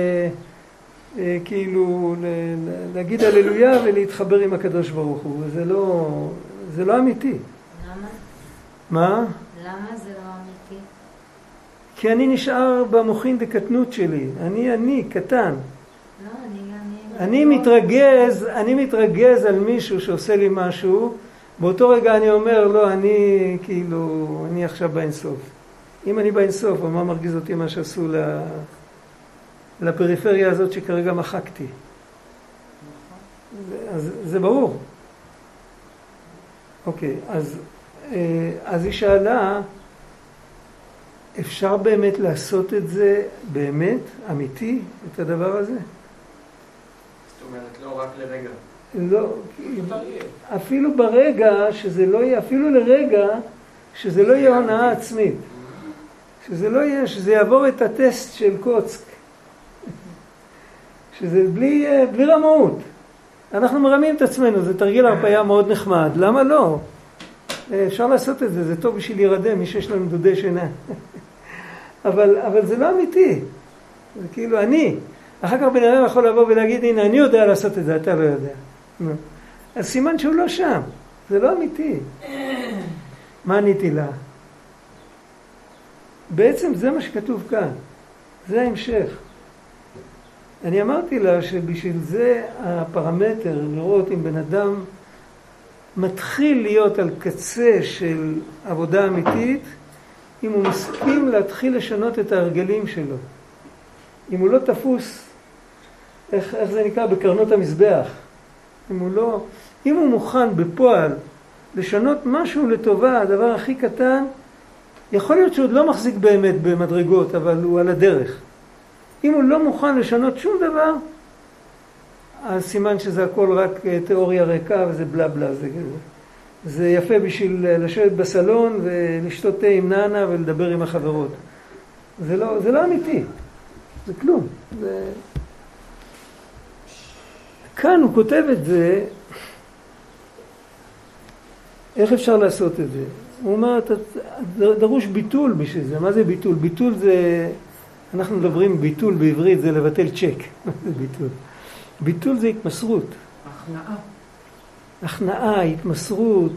וכאילו להגיד הללויה ולהתחבר עם הקדוש ברוך הוא. זה לא אמיתי. למה? מה? למה זה לא אמיתי? כי אני נשאר במוחין דקטנות שלי. אני קטן. לא, אני מתרגז על מישהו שעושה לי משהו, באותו רגע אני אומר, לא, אני עכשיו באינסוף. אם אני באינסוף, מה מרגיז אותי מה שעשו לפריפריה הזאת שכרגע מחקתי? אז זה ברור. אוקיי, אז היא שאלה, אפשר באמת לעשות את זה באמת, אמיתי, את הדבר הזה? זאת אומרת, לא רק לרגע. לא, אפילו ברגע שזה לא יהיה, אפילו לרגע שזה לא יהיה הונאה עצמית. שזה לא יהיה, שזה יעבור את הטסט של קוצק. שזה בלי רמאות. אנחנו מרמים את עצמנו, זה תרגיל הרפאיה מאוד נחמד. למה לא? אפשר לעשות את זה, זה טוב בשביל להירדם, מי שיש לנו דודי שינה. אבל זה לא אמיתי. זה כאילו אני. אחר כך בן אדם יכול לבוא ולהגיד, הנה, אני יודע לעשות את זה, אתה לא יודע. אז סימן שהוא לא שם. זה לא אמיתי. מה עניתי לה? בעצם זה מה שכתוב כאן. זה ההמשך. אני אמרתי לה שבשביל זה הפרמטר לראות אם בן אדם מתחיל להיות על קצה של עבודה אמיתית, אם הוא מסכים להתחיל לשנות את ההרגלים שלו. אם הוא לא תפוס, איך זה נקרא? בקרנות המזבח. אם הוא מוכן בפועל לשנות משהו לטובה, הדבר הכי קטן, יכול להיות שהוא לא מחזיק באמת במדרגות, אבל הוא על הדרך. אם הוא לא מוכן לשנות שום דבר, אז סימן שזה הכל רק תיאוריה ריקה וזה בלה בלה. זה יפה בשביל לשבת בסלון ולשתות תה עם נענה ולדבר עם החברות. זה לא אמיתי. זה כלום. כאן הוא כותב את זה, איך אפשר לעשות את זה? הוא אומר, דרוש ביטול בשביל זה. מה זה ביטול? ביטול זה, אנחנו מדברים ביטול בעברית, זה לבטל צ'ק. מה זה ביטול? ביטול זה התמסרות. הכנעה, התמסרות,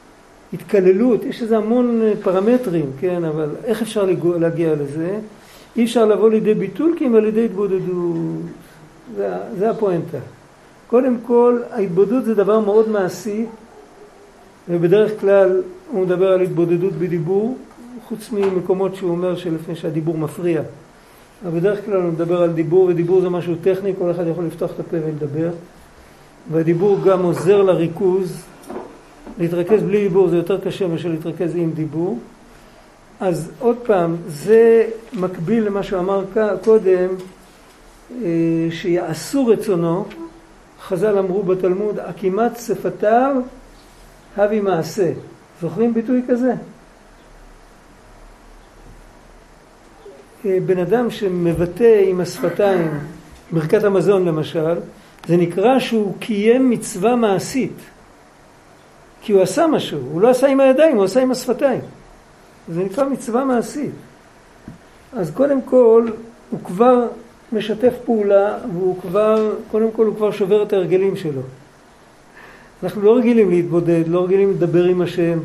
התקללות, יש איזה המון פרמטרים, כן? אבל איך אפשר להגיע לזה? אי אפשר לבוא לידי ביטול כי אם על ידי התבודדות. זה הפואנטה. קודם כל, ההתבודדות זה דבר מאוד מעשי, ובדרך כלל הוא מדבר על התבודדות בדיבור, חוץ ממקומות שהוא אומר שלפני שהדיבור מפריע. אבל בדרך כלל הוא מדבר על דיבור, ודיבור זה משהו טכני, כל אחד יכול לפתוח את הפה ולדבר. והדיבור גם עוזר לריכוז. להתרכז בלי דיבור זה יותר קשה מאשר להתרכז עם דיבור. אז עוד פעם, זה מקביל למה שאמר קודם, שיעשו רצונו. חז"ל אמרו בתלמוד, עקימת שפתיו הבי מעשה. זוכרים ביטוי כזה? בן אדם שמבטא עם השפתיים, ברכת המזון למשל, זה נקרא שהוא קיים מצווה מעשית. כי הוא עשה משהו, הוא לא עשה עם הידיים, הוא עשה עם השפתיים. זה נקרא מצווה מעשית. אז קודם כל, הוא כבר משתף פעולה, והוא כבר, קודם כל הוא כבר שובר את ההרגלים שלו. אנחנו לא רגילים להתבודד, לא רגילים לדבר עם השם.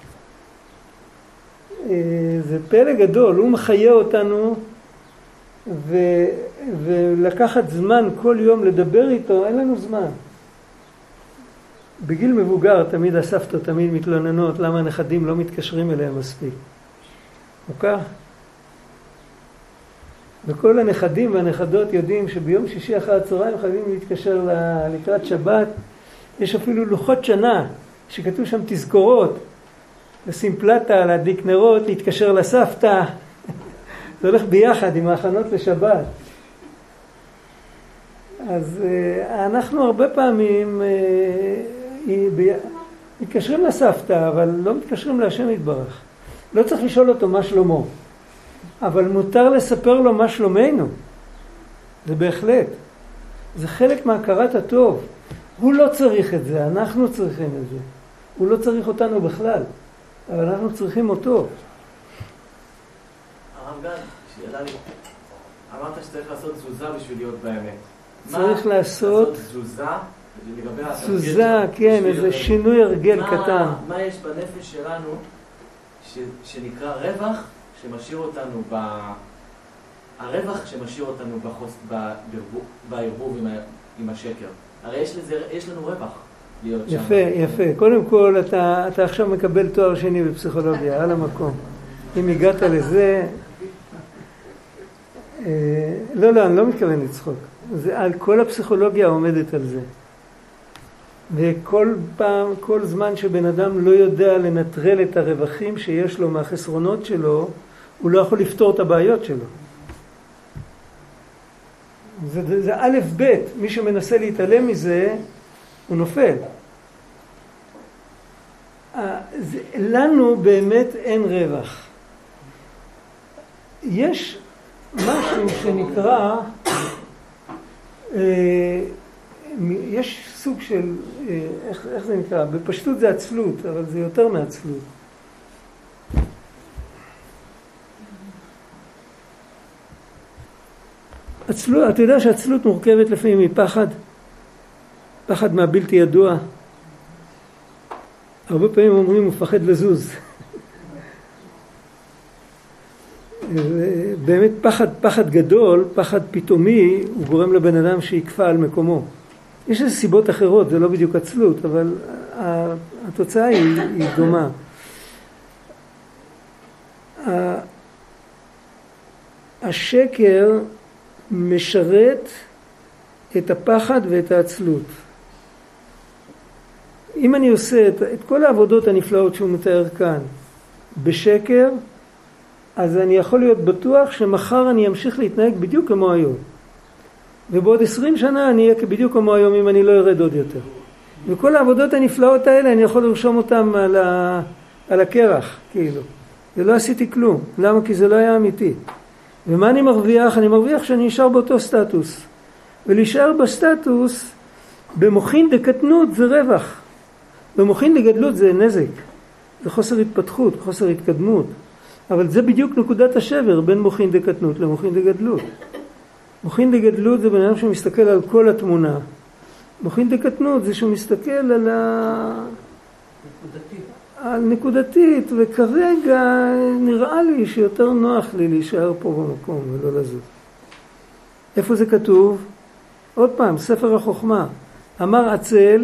זה פלא גדול, הוא מחיה אותנו, ולקחת זמן כל יום לדבר איתו, אין לנו זמן. בגיל מבוגר תמיד הסבתות תמיד מתלוננות למה הנכדים לא מתקשרים אליהם מספיק. מוכר? וכל הנכדים והנכדות יודעים שביום שישי אחר הצהריים חייבים להתקשר לקראת שבת. יש אפילו לוחות שנה שכתוב שם תזכורות, לשים פלטה, להדליק נרות, להתקשר לסבתא. זה הולך ביחד עם ההכנות לשבת. אז אנחנו הרבה פעמים מתקשרים לסבתא, אבל לא מתקשרים להשם יתברך. לא צריך לשאול אותו מה שלמה, אבל מותר לספר לו מה שלומנו. זה בהחלט. זה חלק מהכרת הטוב. הוא לא צריך את זה, אנחנו צריכים את זה. הוא לא צריך אותנו בכלל, אבל אנחנו צריכים אותו. הרב גד, שאלה לי, אמרת שצריך לעשות תזוזה בשביל להיות באמת. צריך לעשות תזוזה, כן, איזה שינוי הרגל קטן. מה יש בנפש שלנו שנקרא רווח שמשאיר אותנו הרווח שמשאיר אותנו בערבוב עם השקר. הרי יש לנו רווח להיות שם. יפה, יפה. קודם כל, אתה עכשיו מקבל תואר שני בפסיכולוגיה, על המקום. אם הגעת לזה... לא, אני לא מתכוון לצחוק. על כל הפסיכולוגיה עומדת על זה. וכל פעם, כל זמן שבן אדם לא יודע לנטרל את הרווחים שיש לו מהחסרונות שלו, הוא לא יכול לפתור את הבעיות שלו. זה א' ב', מי שמנסה להתעלם מזה, הוא נופל. לנו באמת אין רווח. יש משהו שנקרא, יש סוג של, איך זה נקרא? בפשטות זה עצלות, אבל זה יותר מעצלות. עצלות, אתה יודע שהעצלות מורכבת לפעמים מפחד, פחד מהבלתי ידוע. הרבה פעמים אומרים הוא מפחד לזוז. באמת פחד גדול, פחד פתאומי, הוא גורם לבן אדם שיקפא על מקומו. יש איזה סיבות אחרות, זה לא בדיוק עצלות, אבל התוצאה היא דומה. השקר משרת את הפחד ואת העצלות. אם אני עושה את כל העבודות הנפלאות שהוא מתאר כאן בשקר, אז אני יכול להיות בטוח שמחר אני אמשיך להתנהג בדיוק כמו היום. ובעוד 20 שנה אני אהיה בדיוק כמו היום אם אני לא ארד עוד יותר. וכל העבודות הנפלאות האלה אני יכול לרשום אותם על הקרח, כאילו. ולא עשיתי כלום. למה? כי זה לא היה אמיתי. ומה אני מרוויח? אני מרוויח שאני אשאר באותו סטטוס. ולהישאר בסטטוס, במוחין דקטנות זה רווח. במוחין דגדלות זה נזק. זה חוסר התפתחות, חוסר התקדמות. אבל זה בדיוק נקודת השבר בין מוחין דקטנות למוחין דגדלות. מוחין דגדלות זה בן אדם שמסתכל על כל התמונה. מוחין דקטנות זה שהוא מסתכל נקודתית, וכרגע נראה לי שיותר נוח לי להישאר פה במקום ולא לזוז. איפה זה כתוב? עוד פעם, ספר החוכמה. אמר עצל,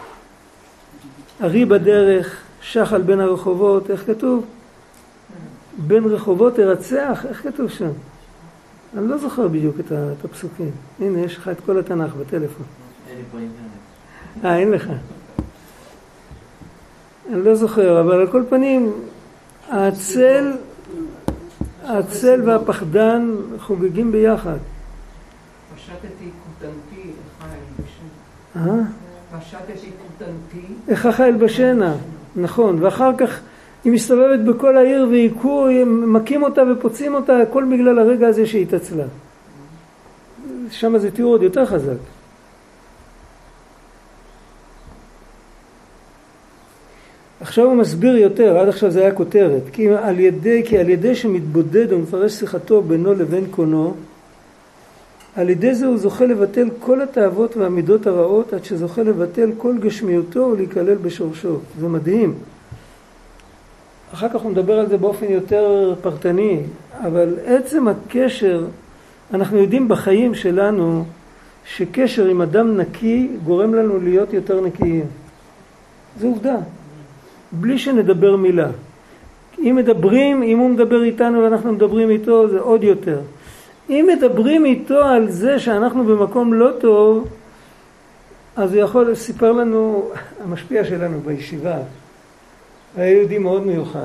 ארי בדרך, שחל בין הרחובות, איך כתוב? בין רחובות הרצח, איך כתוב שם? אני לא זוכר בדיוק את הפסוקים. הנה, יש לך את כל התנ"ך בטלפון. אין לי פה אינטרנט. אין לך. אני לא זוכר, אבל על כל פנים, העצל והפחדן חוגגים ביחד. פשטתי כותנתי, איך אלבשנה. פשטתי כותנתי. איך אלבשנה, נכון. ואחר כך היא מסתובבת בכל העיר והיכו, מכים אותה ופוצעים אותה, הכל בגלל הרגע הזה שהיא התעצלה. שם זה תיאור עוד יותר חזק. עכשיו הוא מסביר יותר, עד עכשיו זה היה כותרת, כי על ידי שמתבודד ומפרש שיחתו בינו לבין קונו, על ידי זה הוא זוכה לבטל כל התאוות והמידות הרעות, עד שזוכה לבטל כל גשמיותו ולהיכלל בשורשו. זה מדהים. אחר כך הוא מדבר על זה באופן יותר פרטני, אבל עצם הקשר, אנחנו יודעים בחיים שלנו, שקשר עם אדם נקי גורם לנו להיות יותר נקיים. זה עובדה. בלי שנדבר מילה. אם הוא מדבר איתנו ואנחנו מדברים איתו, זה עוד יותר. אם מדברים איתו על זה שאנחנו במקום לא טוב, אז הוא יכול לספר לנו, המשפיע שלנו בישיבה, היה יהודי מאוד מיוחד.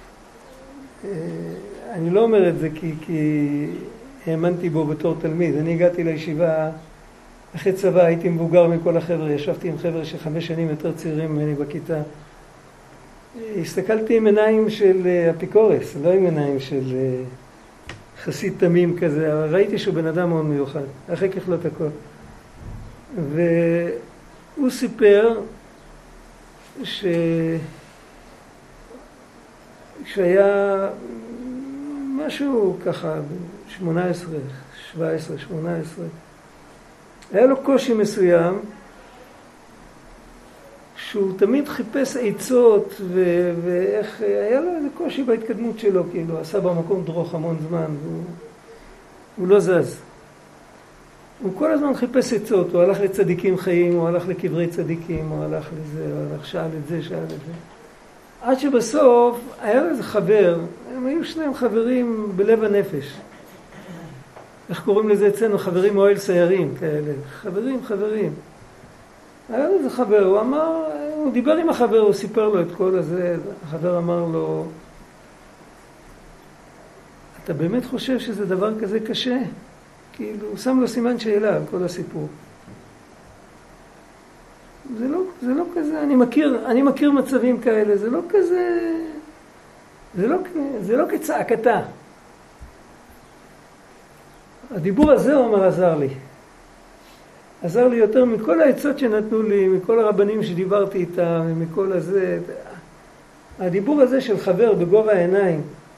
אני לא אומר את זה כי האמנתי בו בתור תלמיד. אני הגעתי לישיבה אחרי צבא, הייתי מבוגר מכל החבר'ה, ישבתי עם חבר'ה ש5 שנים יותר צעירים ממני בכיתה. הסתכלתי עם עיניים של אפיקורס, לא עם עיניים של חסיד תמים כזה, אבל ראיתי שהוא בן אדם מאוד מיוחד, אחרי ככלות הכל. והוא סיפר שהיה משהו ככה, 18, 17, 18, היה לו קושי מסוים, שהוא תמיד חיפש עצות, ואיך, היה לו איזה קושי בהתקדמות שלו, כאילו, עשה במקום דרוך המון זמן, והוא לא זז. הוא כל הזמן חיפש עצות, הוא הלך לצדיקים חיים, הוא הלך לקברי צדיקים, הוא הלך לזה, הוא הלך שאל את זה, שאל את זה. עד שבסוף היה לו איזה חבר, הם היו שניהם חברים בלב הנפש. איך קוראים לזה אצלנו? חברים אוהל סיירים כאלה. חברים. היה לו איזה חבר, הוא דיבר עם החבר, הוא סיפר לו את כל הזה, החבר אמר לו, אתה באמת חושב שזה דבר כזה קשה? כאילו, הוא שם לו סימן שאלה על כל הסיפור. זה לא כזה, אני מכיר מצבים כאלה, זה לא כזה, זה לא כצעקתה. הדיבור הזה, הוא אומר, עזר לי יותר מכל העצות שנתנו לי, מכל הרבנים שדיברתי איתם, מכל הזה. הדיבור הזה של חבר בגובה העיניים,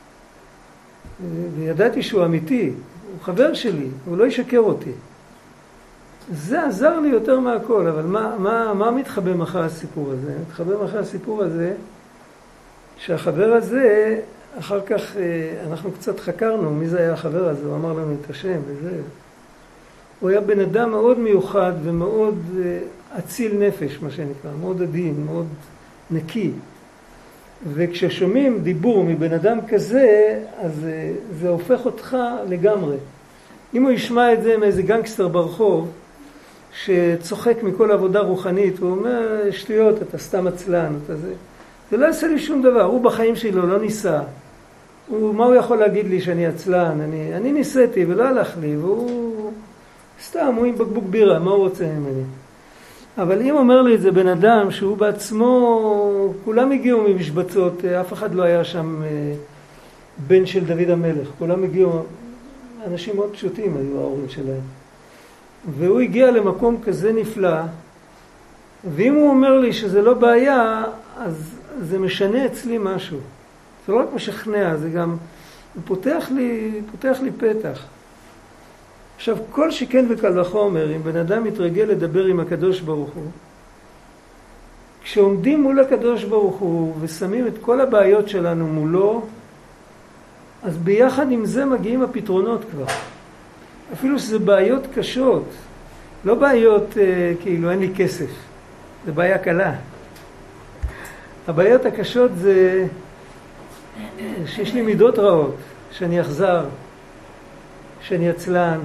וידעתי שהוא אמיתי, הוא חבר שלי, הוא לא ישקר אותי. זה עזר לי יותר מהכל, אבל מה מתחבא מאחורי הסיפור הזה? מתחבא מאחורי הסיפור הזה, שהחבר הזה, אחר כך אנחנו קצת חקרנו מי זה היה החבר הזה, הוא אמר לנו את השם וזה. הוא היה בן אדם מאוד מיוחד ומאוד אציל נפש, מה שנקרא, מאוד עדין, מאוד נקי. וכששומעים דיבור מבן אדם כזה, אז זה הופך אותך לגמרי. אם הוא ישמע את זה מאיזה גנגסטר ברחוב, שצוחק מכל עבודה רוחנית, הוא אומר, שטויות, אתה סתם עצלן, זה לא יעשה לי שום דבר, הוא בחיים שלו לא ניסה. מה הוא יכול להגיד לי שאני עצלן? אני ניסיתי ולא הלך לי, והוא סתם, הוא עם בקבוק בירה, מה הוא רוצה ממני? אבל אם אומר לי את זה בן אדם שהוא בעצמו, כולם הגיעו ממשבצות, אף אחד לא היה שם בן של דוד המלך, כולם הגיעו, אנשים מאוד פשוטים היו ההורים שלהם. והוא הגיע למקום כזה נפלא, ואם הוא אומר לי שזה לא בעיה, אז זה משנה אצלי משהו. זה לא רק משכנע, זה גם, הוא פותח לי פתח. עכשיו, כל שכן וקל וחומר, אם בן אדם מתרגל לדבר עם הקדוש ברוך הוא, כשעומדים מול הקדוש ברוך הוא ושמים את כל הבעיות שלנו מולו, אז ביחד עם זה מגיעים הפתרונות כבר. אפילו שזה בעיות קשות, לא בעיות כאילו אין לי כסף, זה בעיה קלה. הבעיות הקשות זה שיש לי מידות רעות, שאני אכזר, שאני עצלן.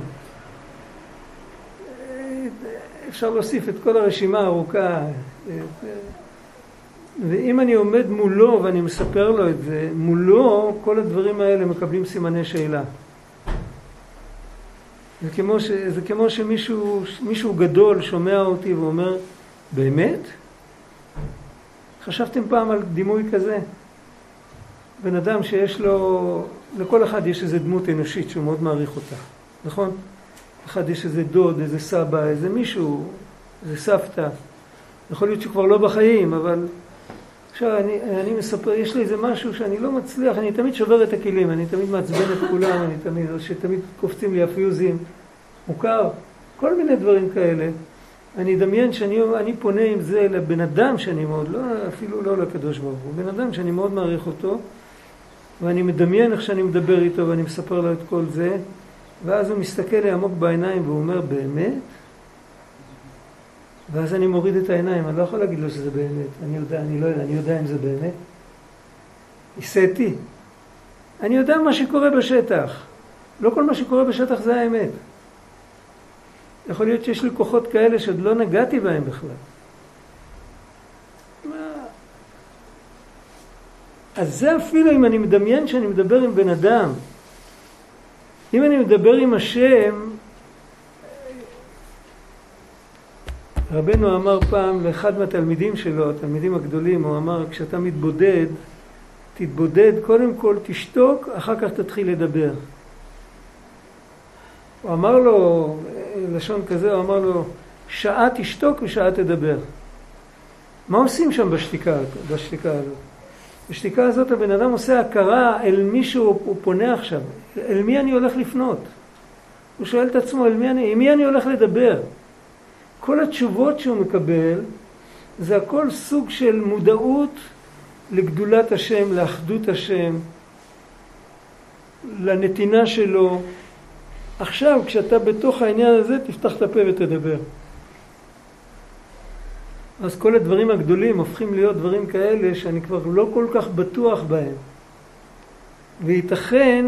אפשר להוסיף את כל הרשימה הארוכה. ואם אני עומד מולו ואני מספר לו את זה, מולו כל הדברים האלה מקבלים סימני שאלה. זה כמו שמישהו גדול שומע אותי ואומר, באמת? חשבתם פעם על דימוי כזה? בן אדם שיש לו, לכל אחד יש איזו דמות אנושית שהוא מאוד מעריך אותה, נכון? אחד יש איזה דוד, איזה סבא, איזה מישהו, איזה סבתא. יכול להיות שכבר לא בחיים, אבל עכשיו אני מספר, יש לי איזה משהו שאני לא מצליח, אני תמיד שובר את הכלים, אני תמיד מעצבן את כולם, שתמיד קופצים לי הפיוזים, מוכר, כל מיני דברים כאלה. אני אדמיין שאני פונה עם זה לבן אדם שאני מאוד, אפילו לא לקדוש ברוך הוא, בן אדם שאני מאוד מעריך אותו, ואני מדמיין איך שאני מדבר איתו ואני מספר לו את כל זה, ואז הוא מסתכל לי עמוק בעיניים והוא אומר, באמת? ואז אני מוריד את העיניים, אני לא יכול להגיד לו שזה באמת, אני יודע אם זה באמת. עשיתי. אני יודע מה שקורה בשטח. לא כל מה שקורה בשטח זה האמת. יכול להיות שיש לי כוחות כאלה שעוד לא נגעתי בהם בכלל. אז זה אפילו אם אני מדמיין שאני מדבר עם בן אדם. אם אני מדבר עם השם, רבנו אמר פעם לאחד מהתלמידים שלו, התלמידים הגדולים, הוא אמר, כשאתה מתבודד, תתבודד, קודם כל תשתוק, אחר כך תתחיל לדבר. הוא אמר לו, לשון כזה, הוא אמר לו, שעה תשתוק ושעה תדבר. מה עושים שם בשתיקה הזאת? בשתיקה הזאת הבן אדם עושה הכרה אל מי שהוא פונה עכשיו, אל מי אני הולך לפנות. הוא שואל את עצמו, עם מי אני הולך לדבר? כל התשובות שהוא מקבל, זה הכל סוג של מודעות לגדולת השם, לאחדות השם, לנתינה שלו. עכשיו, כשאתה בתוך העניין הזה, תפתח את הפה ותדבר. אז כל הדברים הגדולים הופכים להיות דברים כאלה שאני כבר לא כל כך בטוח בהם. וייתכן,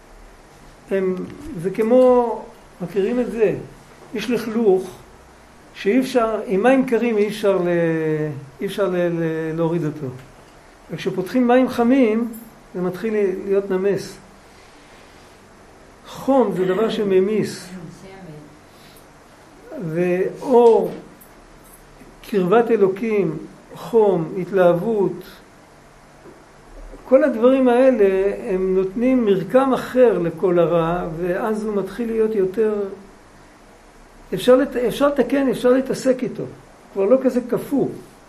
זה כמו, מכירים את זה, יש לכלוך, שאי אפשר, עם מים קרים אי אפשר להוריד אותו. וכשפותחים מים חמים, זה מתחיל להיות נמס. חום זה דבר שממיס. ואור, קרבת אלוקים, חום, התלהבות, כל הדברים האלה הם נותנים מרקם אחר לכל הרע, ואז הוא מתחיל להיות יותר, אפשר לתקן, אפשר להתעסק איתו, כבר לא כזה כפו.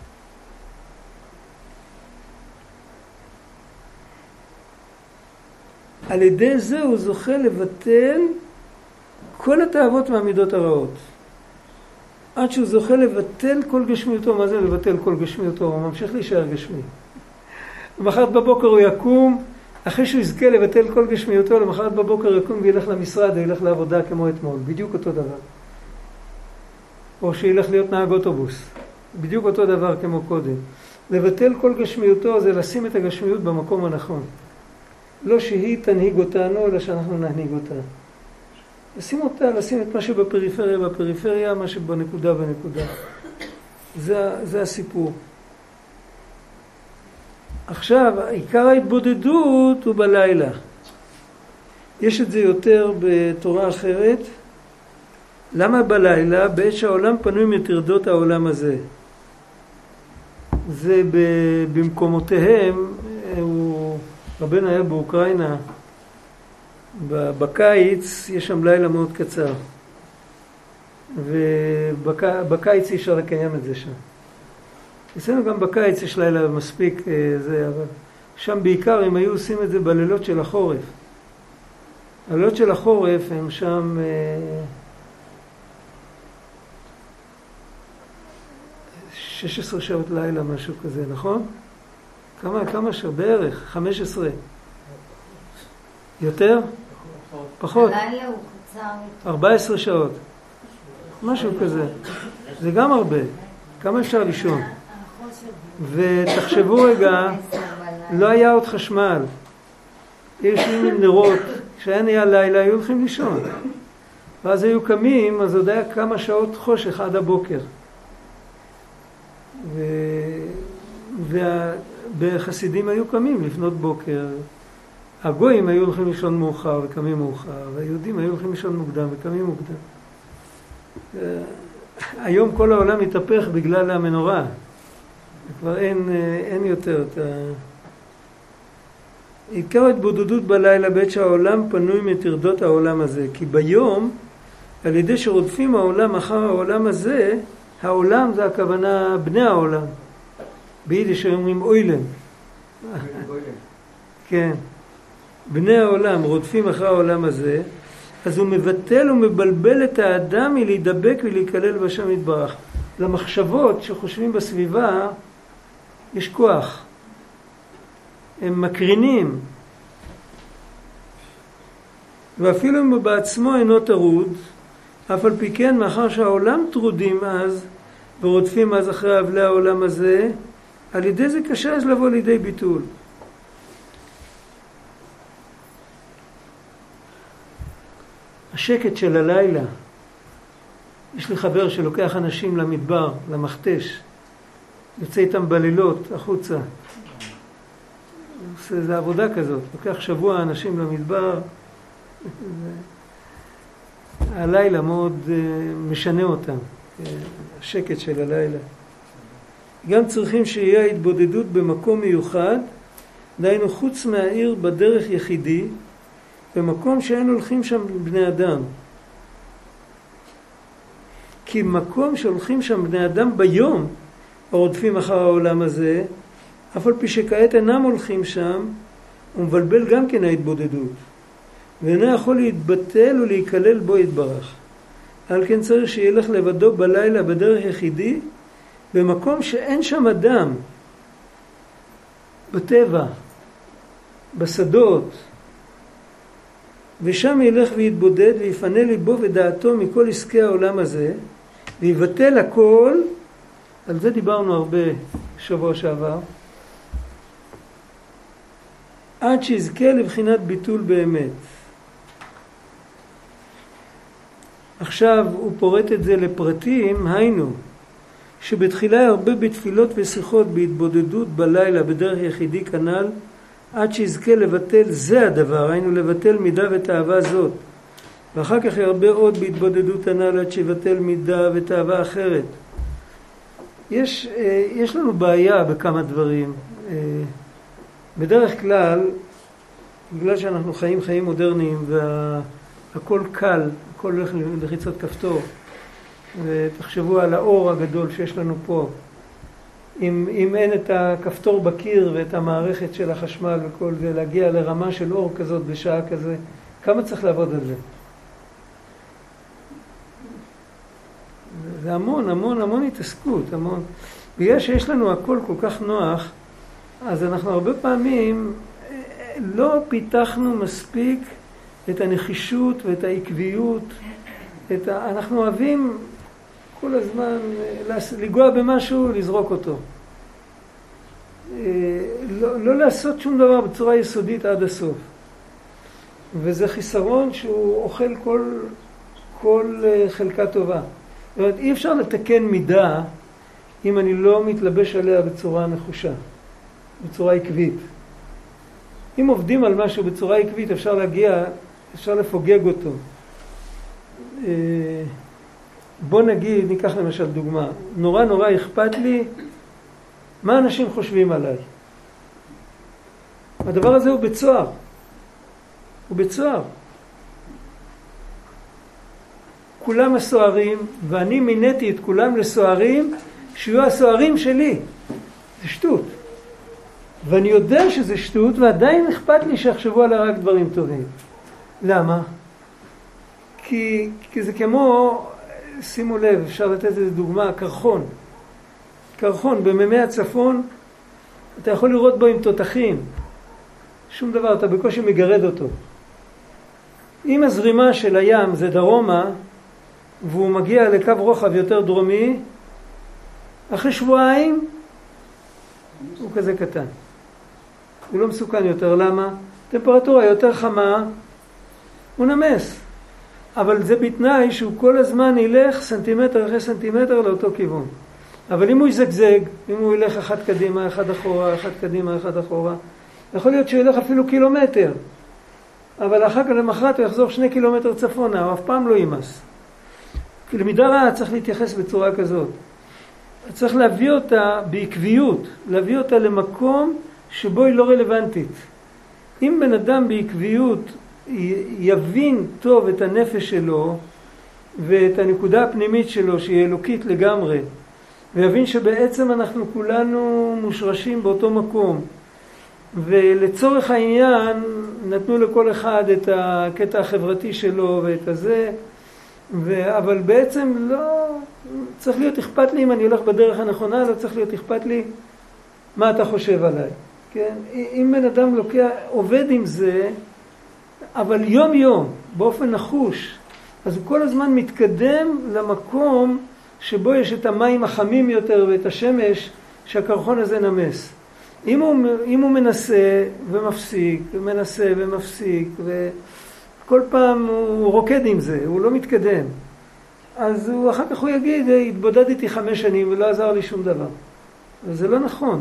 על ידי זה הוא זוכה לבטל כל התאוות מהמידות הרעות. עד שהוא זוכה לבטל כל גשמיותו. מה זה לבטל כל גשמיותו? הוא ממשיך להישאר גשמי. למחרת בבוקר הוא יקום, אחרי שהוא יזכה לבטל כל גשמיותו, למחרת בבוקר יקום וילך למשרד וילך לעבודה כמו אתמול. בדיוק אותו דבר. או שילך להיות נהג אוטובוס. בדיוק אותו דבר כמו קודם. לבטל כל גשמיותו זה לשים את הגשמיות במקום הנכון. לא שהיא תנהיג אותנו, אלא שאנחנו ננהיג אותה. לשים אותה, לשים את מה שבפריפריה בפריפריה, מה שבנקודה בנקודה. זה הסיפור. עכשיו, עיקר ההתבודדות הוא בלילה. יש את זה יותר בתורה אחרת. למה בלילה? בעת שהעולם פנוי מטרדות העולם הזה. זה במקומותיהם, רבנו היה באוקראינה, בקיץ יש שם לילה מאוד קצר. ובקיץ אי אפשר לקיים את זה שם. אצלנו גם בקיץ יש לילה מספיק, אבל שם בעיקר הם היו עושים את זה בלילות של החורף. הלילות של החורף הם שם 16 שעות לילה, משהו כזה, נכון? כמה שעות? בערך, 15. יותר? פחות. הלילה הוא קצר. 14 שעות. משהו כזה. זה גם הרבה. כמה אפשר לישון? ותחשבו רגע, לא היה עוד חשמל. יש עם נרות. כשהיה נהיה לילה, היו הולכים לישון. ואז היו קמים, אז עוד היה כמה שעות חושך עד הבוקר. ובחסידים היו קמים לפנות בוקר. הגויים היו הולכים לישון מאוחר וקמים מאוחר, והיהודים היו הולכים לישון מוקדם וקמים מוקדם. היום כל העולם מתהפך בגלל המנורה. כבר אין יותר את עיקר התבודדות בלילה בעת שהעולם פנוי מטרדות העולם הזה. כי ביום, על ידי שרודפים העולם אחר העולם הזה, העולם זה הכוונה בני העולם. ביידיש אומרים אוילם. כן. בני העולם רודפים אחר העולם הזה, אז הוא מבטל ומבלבל את האדם מלהידבק ולהיכלל בשם יתברך. למחשבות שחושבים בסביבה יש כוח. הם מקרינים. ואפילו אם הוא בעצמו אינו טרוד, אף על פי כן, מאחר שהעולם טרודים אז, ורודפים אז אחרי אבלי העולם הזה, על ידי זה קשה אז לבוא לידי ביטול. השקט של הלילה, יש לי חבר שלוקח אנשים למדבר, למכתש, יוצא איתם בלילות החוצה. זה עבודה כזאת, לוקח שבוע אנשים למדבר, הלילה מאוד משנה אותם, השקט של הלילה. גם צריכים שיהיה התבודדות במקום מיוחד, דהיינו חוץ מהעיר בדרך יחידי, במקום שאין הולכים שם בני אדם. כי מקום שהולכים שם בני אדם ביום, הרודפים אחר העולם הזה, אף על פי שכעת אינם הולכים שם, הוא מבלבל גם כן ההתבודדות. ואינו יכול להתבטל ולהיכלל בו יתברך. על כן צריך שילך לבדו בלילה בדרך יחידי, במקום שאין שם אדם, בטבע, בשדות, ושם ילך ויתבודד ויפנה ליבו ודעתו מכל עסקי העולם הזה, ויבטל הכל, על זה דיברנו הרבה שבוע שעבר, עד שיזכה לבחינת ביטול באמת. עכשיו הוא פורט את זה לפרטים, היינו, שבתחילה הרבה בתפילות ושיחות בהתבודדות בלילה בדרך יחידי כנל, עד שיזכה לבטל זה הדבר, היינו לבטל מידה ותאווה זאת. ואחר כך הרבה עוד בהתבודדות הנ"ל עד שיבטל מידה ותאווה אחרת. יש לנו בעיה בכמה דברים. בדרך כלל, בגלל שאנחנו חיים מודרניים והכל קל, הכל הולך לחיצות כפתור, ותחשבו על האור הגדול שיש לנו פה. אם אין את הכפתור בקיר ואת המערכת של החשמל וכל זה, להגיע לרמה של אור כזאת בשעה כזה, כמה צריך לעבוד על זה? זה המון התעסקות, המון. בגלל שיש לנו הכל כל כך נוח, אז אנחנו הרבה פעמים לא פיתחנו מספיק את הנחישות ואת העקביות. אנחנו אוהבים כל הזמן לגוע במשהו, לזרוק אותו. לא לעשות שום דבר בצורה יסודית עד הסוף. וזה חיסרון שהוא אוכל כל חלקה טובה. זאת אומרת, אי אפשר לתקן מידה אם אני לא מתלבש עליה בצורה נחושה, בצורה עקבית. אם עובדים על משהו בצורה עקבית, אפשר לפוגג אותו. בוא נגיד, ניקח למשל דוגמה. נורא אכפת לי מה אנשים חושבים עליי. הדבר הזה הוא בצוהר. הוא בצוהר. כולם הסוערים, ואני מיניתי את כולם לסוערים, שיהיו הסוערים שלי. זה שטות. ואני יודע שזה שטות, ועדיין אכפת לי שיחשבו עליי רק דברים טובים. למה? כי זה כמו, שימו לב, אפשר לתת איזו דוגמה, קרחון. קרחון במימי הצפון, אתה יכול לראות בו עם תותחים. שום דבר, אתה בקושי מגרד אותו. אם הזרימה של הים זה דרומה, והוא מגיע לקו רוחב יותר דרומי, אחרי שבועיים הוא כזה קטן. הוא לא מסוכן יותר. למה? טמפרטורה יותר חמה, הוא נמס. אבל זה בתנאי שהוא כל הזמן ילך סנטימטר אחרי סנטימטר לאותו כיוון. אבל אם הוא יזגזג, אם הוא ילך אחד קדימה, אחד אחורה, אחד קדימה, אחד אחורה, יכול להיות שהוא ילך אפילו קילומטר. אבל אחר כך למחרת הוא יחזור 2 קילומטר צפונה, הוא אף פעם לא יימס. למידה רעה צריך להתייחס בצורה כזאת. צריך להביא אותה בעקביות, להביא אותה למקום שבו היא לא רלוונטית. אם בן אדם בעקביות יבין טוב את הנפש שלו ואת הנקודה הפנימית שלו שהיא אלוקית לגמרי, ויבין שבעצם אנחנו כולנו מושרשים באותו מקום, ולצורך העניין נתנו לכל אחד את הקטע החברתי שלו ואת הזה, אבל בעצם לא צריך להיות אכפת לי אם אני הולך בדרך הנכונה, לא צריך להיות אכפת לי מה אתה חושב עליי. כן? אם בן אדם עובד עם זה, אבל יום יום, באופן נחוש, אז הוא כל הזמן מתקדם למקום שבו יש את המים החמים יותר ואת השמש שהקרחון הזה נמס. אם הוא מנסה ומפסיק, ומנסה ומפסיק, וכל פעם הוא רוקד עם זה, הוא לא מתקדם, אז אחר כך הוא יגיד, התבודדתי 5 שנים ולא עזר לי שום דבר. וזה לא נכון.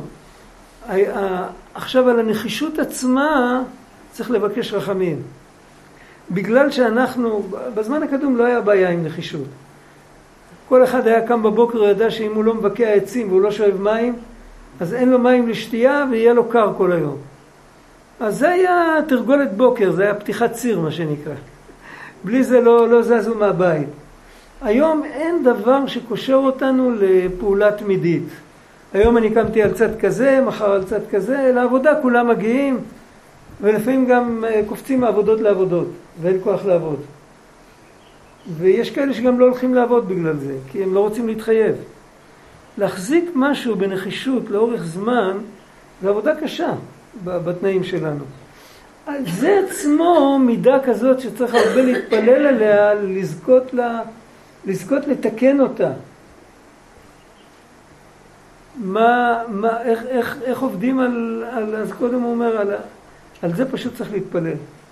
עכשיו על הנחישות עצמה צריך לבקש רחמים. בגלל שאנחנו, בזמן הקדום לא היה בעיה עם נחישות. כל אחד היה קם בבוקר וידע שאם הוא לא מבקע עצים והוא לא שואב מים, אז אין לו מים לשתייה ויהיה לו קר כל היום. אז זה היה תרגולת בוקר, זה היה פתיחת ציר מה שנקרא. בלי זה לא זזו מהבית. היום אין דבר שקושר אותנו לפעולה תמידית. היום אני קמתי על צד כזה, מחר על צד כזה, לעבודה כולם מגיעים, ולפעמים גם קופצים מעבודות לעבודות, ואין כוח לעבוד. ויש כאלה שגם לא הולכים לעבוד בגלל זה, כי הם לא רוצים להתחייב. להחזיק משהו בנחישות לאורך זמן, זה עבודה קשה בתנאים שלנו. זה עצמו מידה כזאת שצריך הרבה להתפלל עליה, לזכות לתקן אותה. איך עובדים אז קודם הוא אומר, על זה פשוט צריך להתפלל.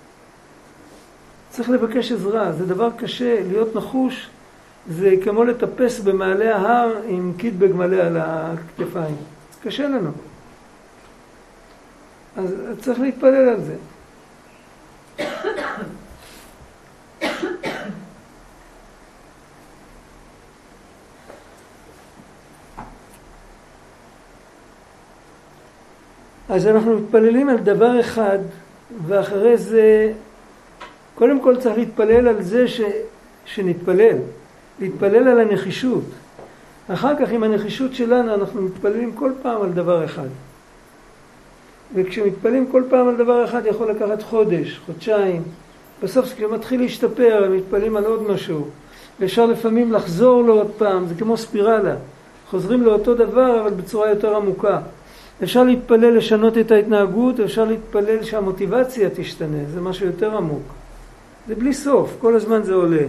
צריך לבקש עזרה, זה דבר קשה, להיות נחוש, זה כמו לטפס במעלה ההר עם קיטבג מלא על הכתפיים. קשה לנו. אז צריך להתפלל על זה. אז אנחנו מתפללים על דבר אחד, ואחרי זה, קודם כל צריך להתפלל על זה שנתפלל. להתפלל על הנחישות. אחר כך עם הנחישות שלנו אנחנו מתפללים כל פעם על דבר אחד. וכשמתפללים כל פעם על דבר אחד יכול לקחת חודש, חודשיים. בסוף כשמתחיל להשתפר, מתפללים על עוד משהו. ואפשר לפעמים לחזור לו עוד פעם, זה כמו ספירלה. חוזרים לאותו דבר אבל בצורה יותר עמוקה. אפשר להתפלל לשנות את ההתנהגות, אפשר להתפלל שהמוטיבציה תשתנה, זה משהו יותר עמוק. זה בלי סוף, כל הזמן זה עולה.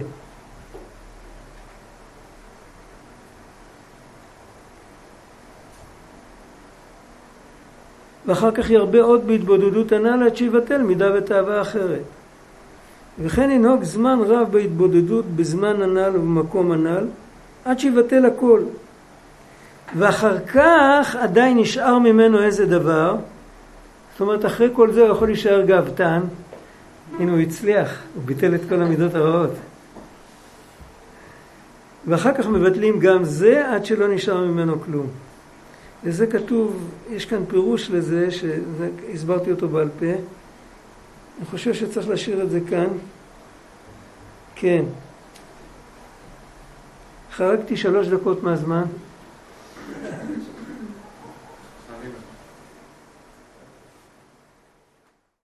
ואחר כך ירבה עוד בהתבודדות הנ"ל עד שיבטל מידה ותאווה אחרת. וכן ינהוג זמן רב בהתבודדות בזמן הנ"ל ובמקום הנ"ל עד שיבטל הכל. ואחר כך עדיין נשאר ממנו איזה דבר. זאת אומרת, אחרי כל זה הוא יכול להישאר גאוותן. הנה הוא הצליח, הוא ביטל את כל המידות הרעות. ואחר כך מבטלים גם זה עד שלא נשאר ממנו כלום. וזה כתוב, יש כאן פירוש לזה, שהסברתי אותו בעל פה. אני חושב שצריך להשאיר את זה כאן. כן. חרגתי 3 דקות מהזמן.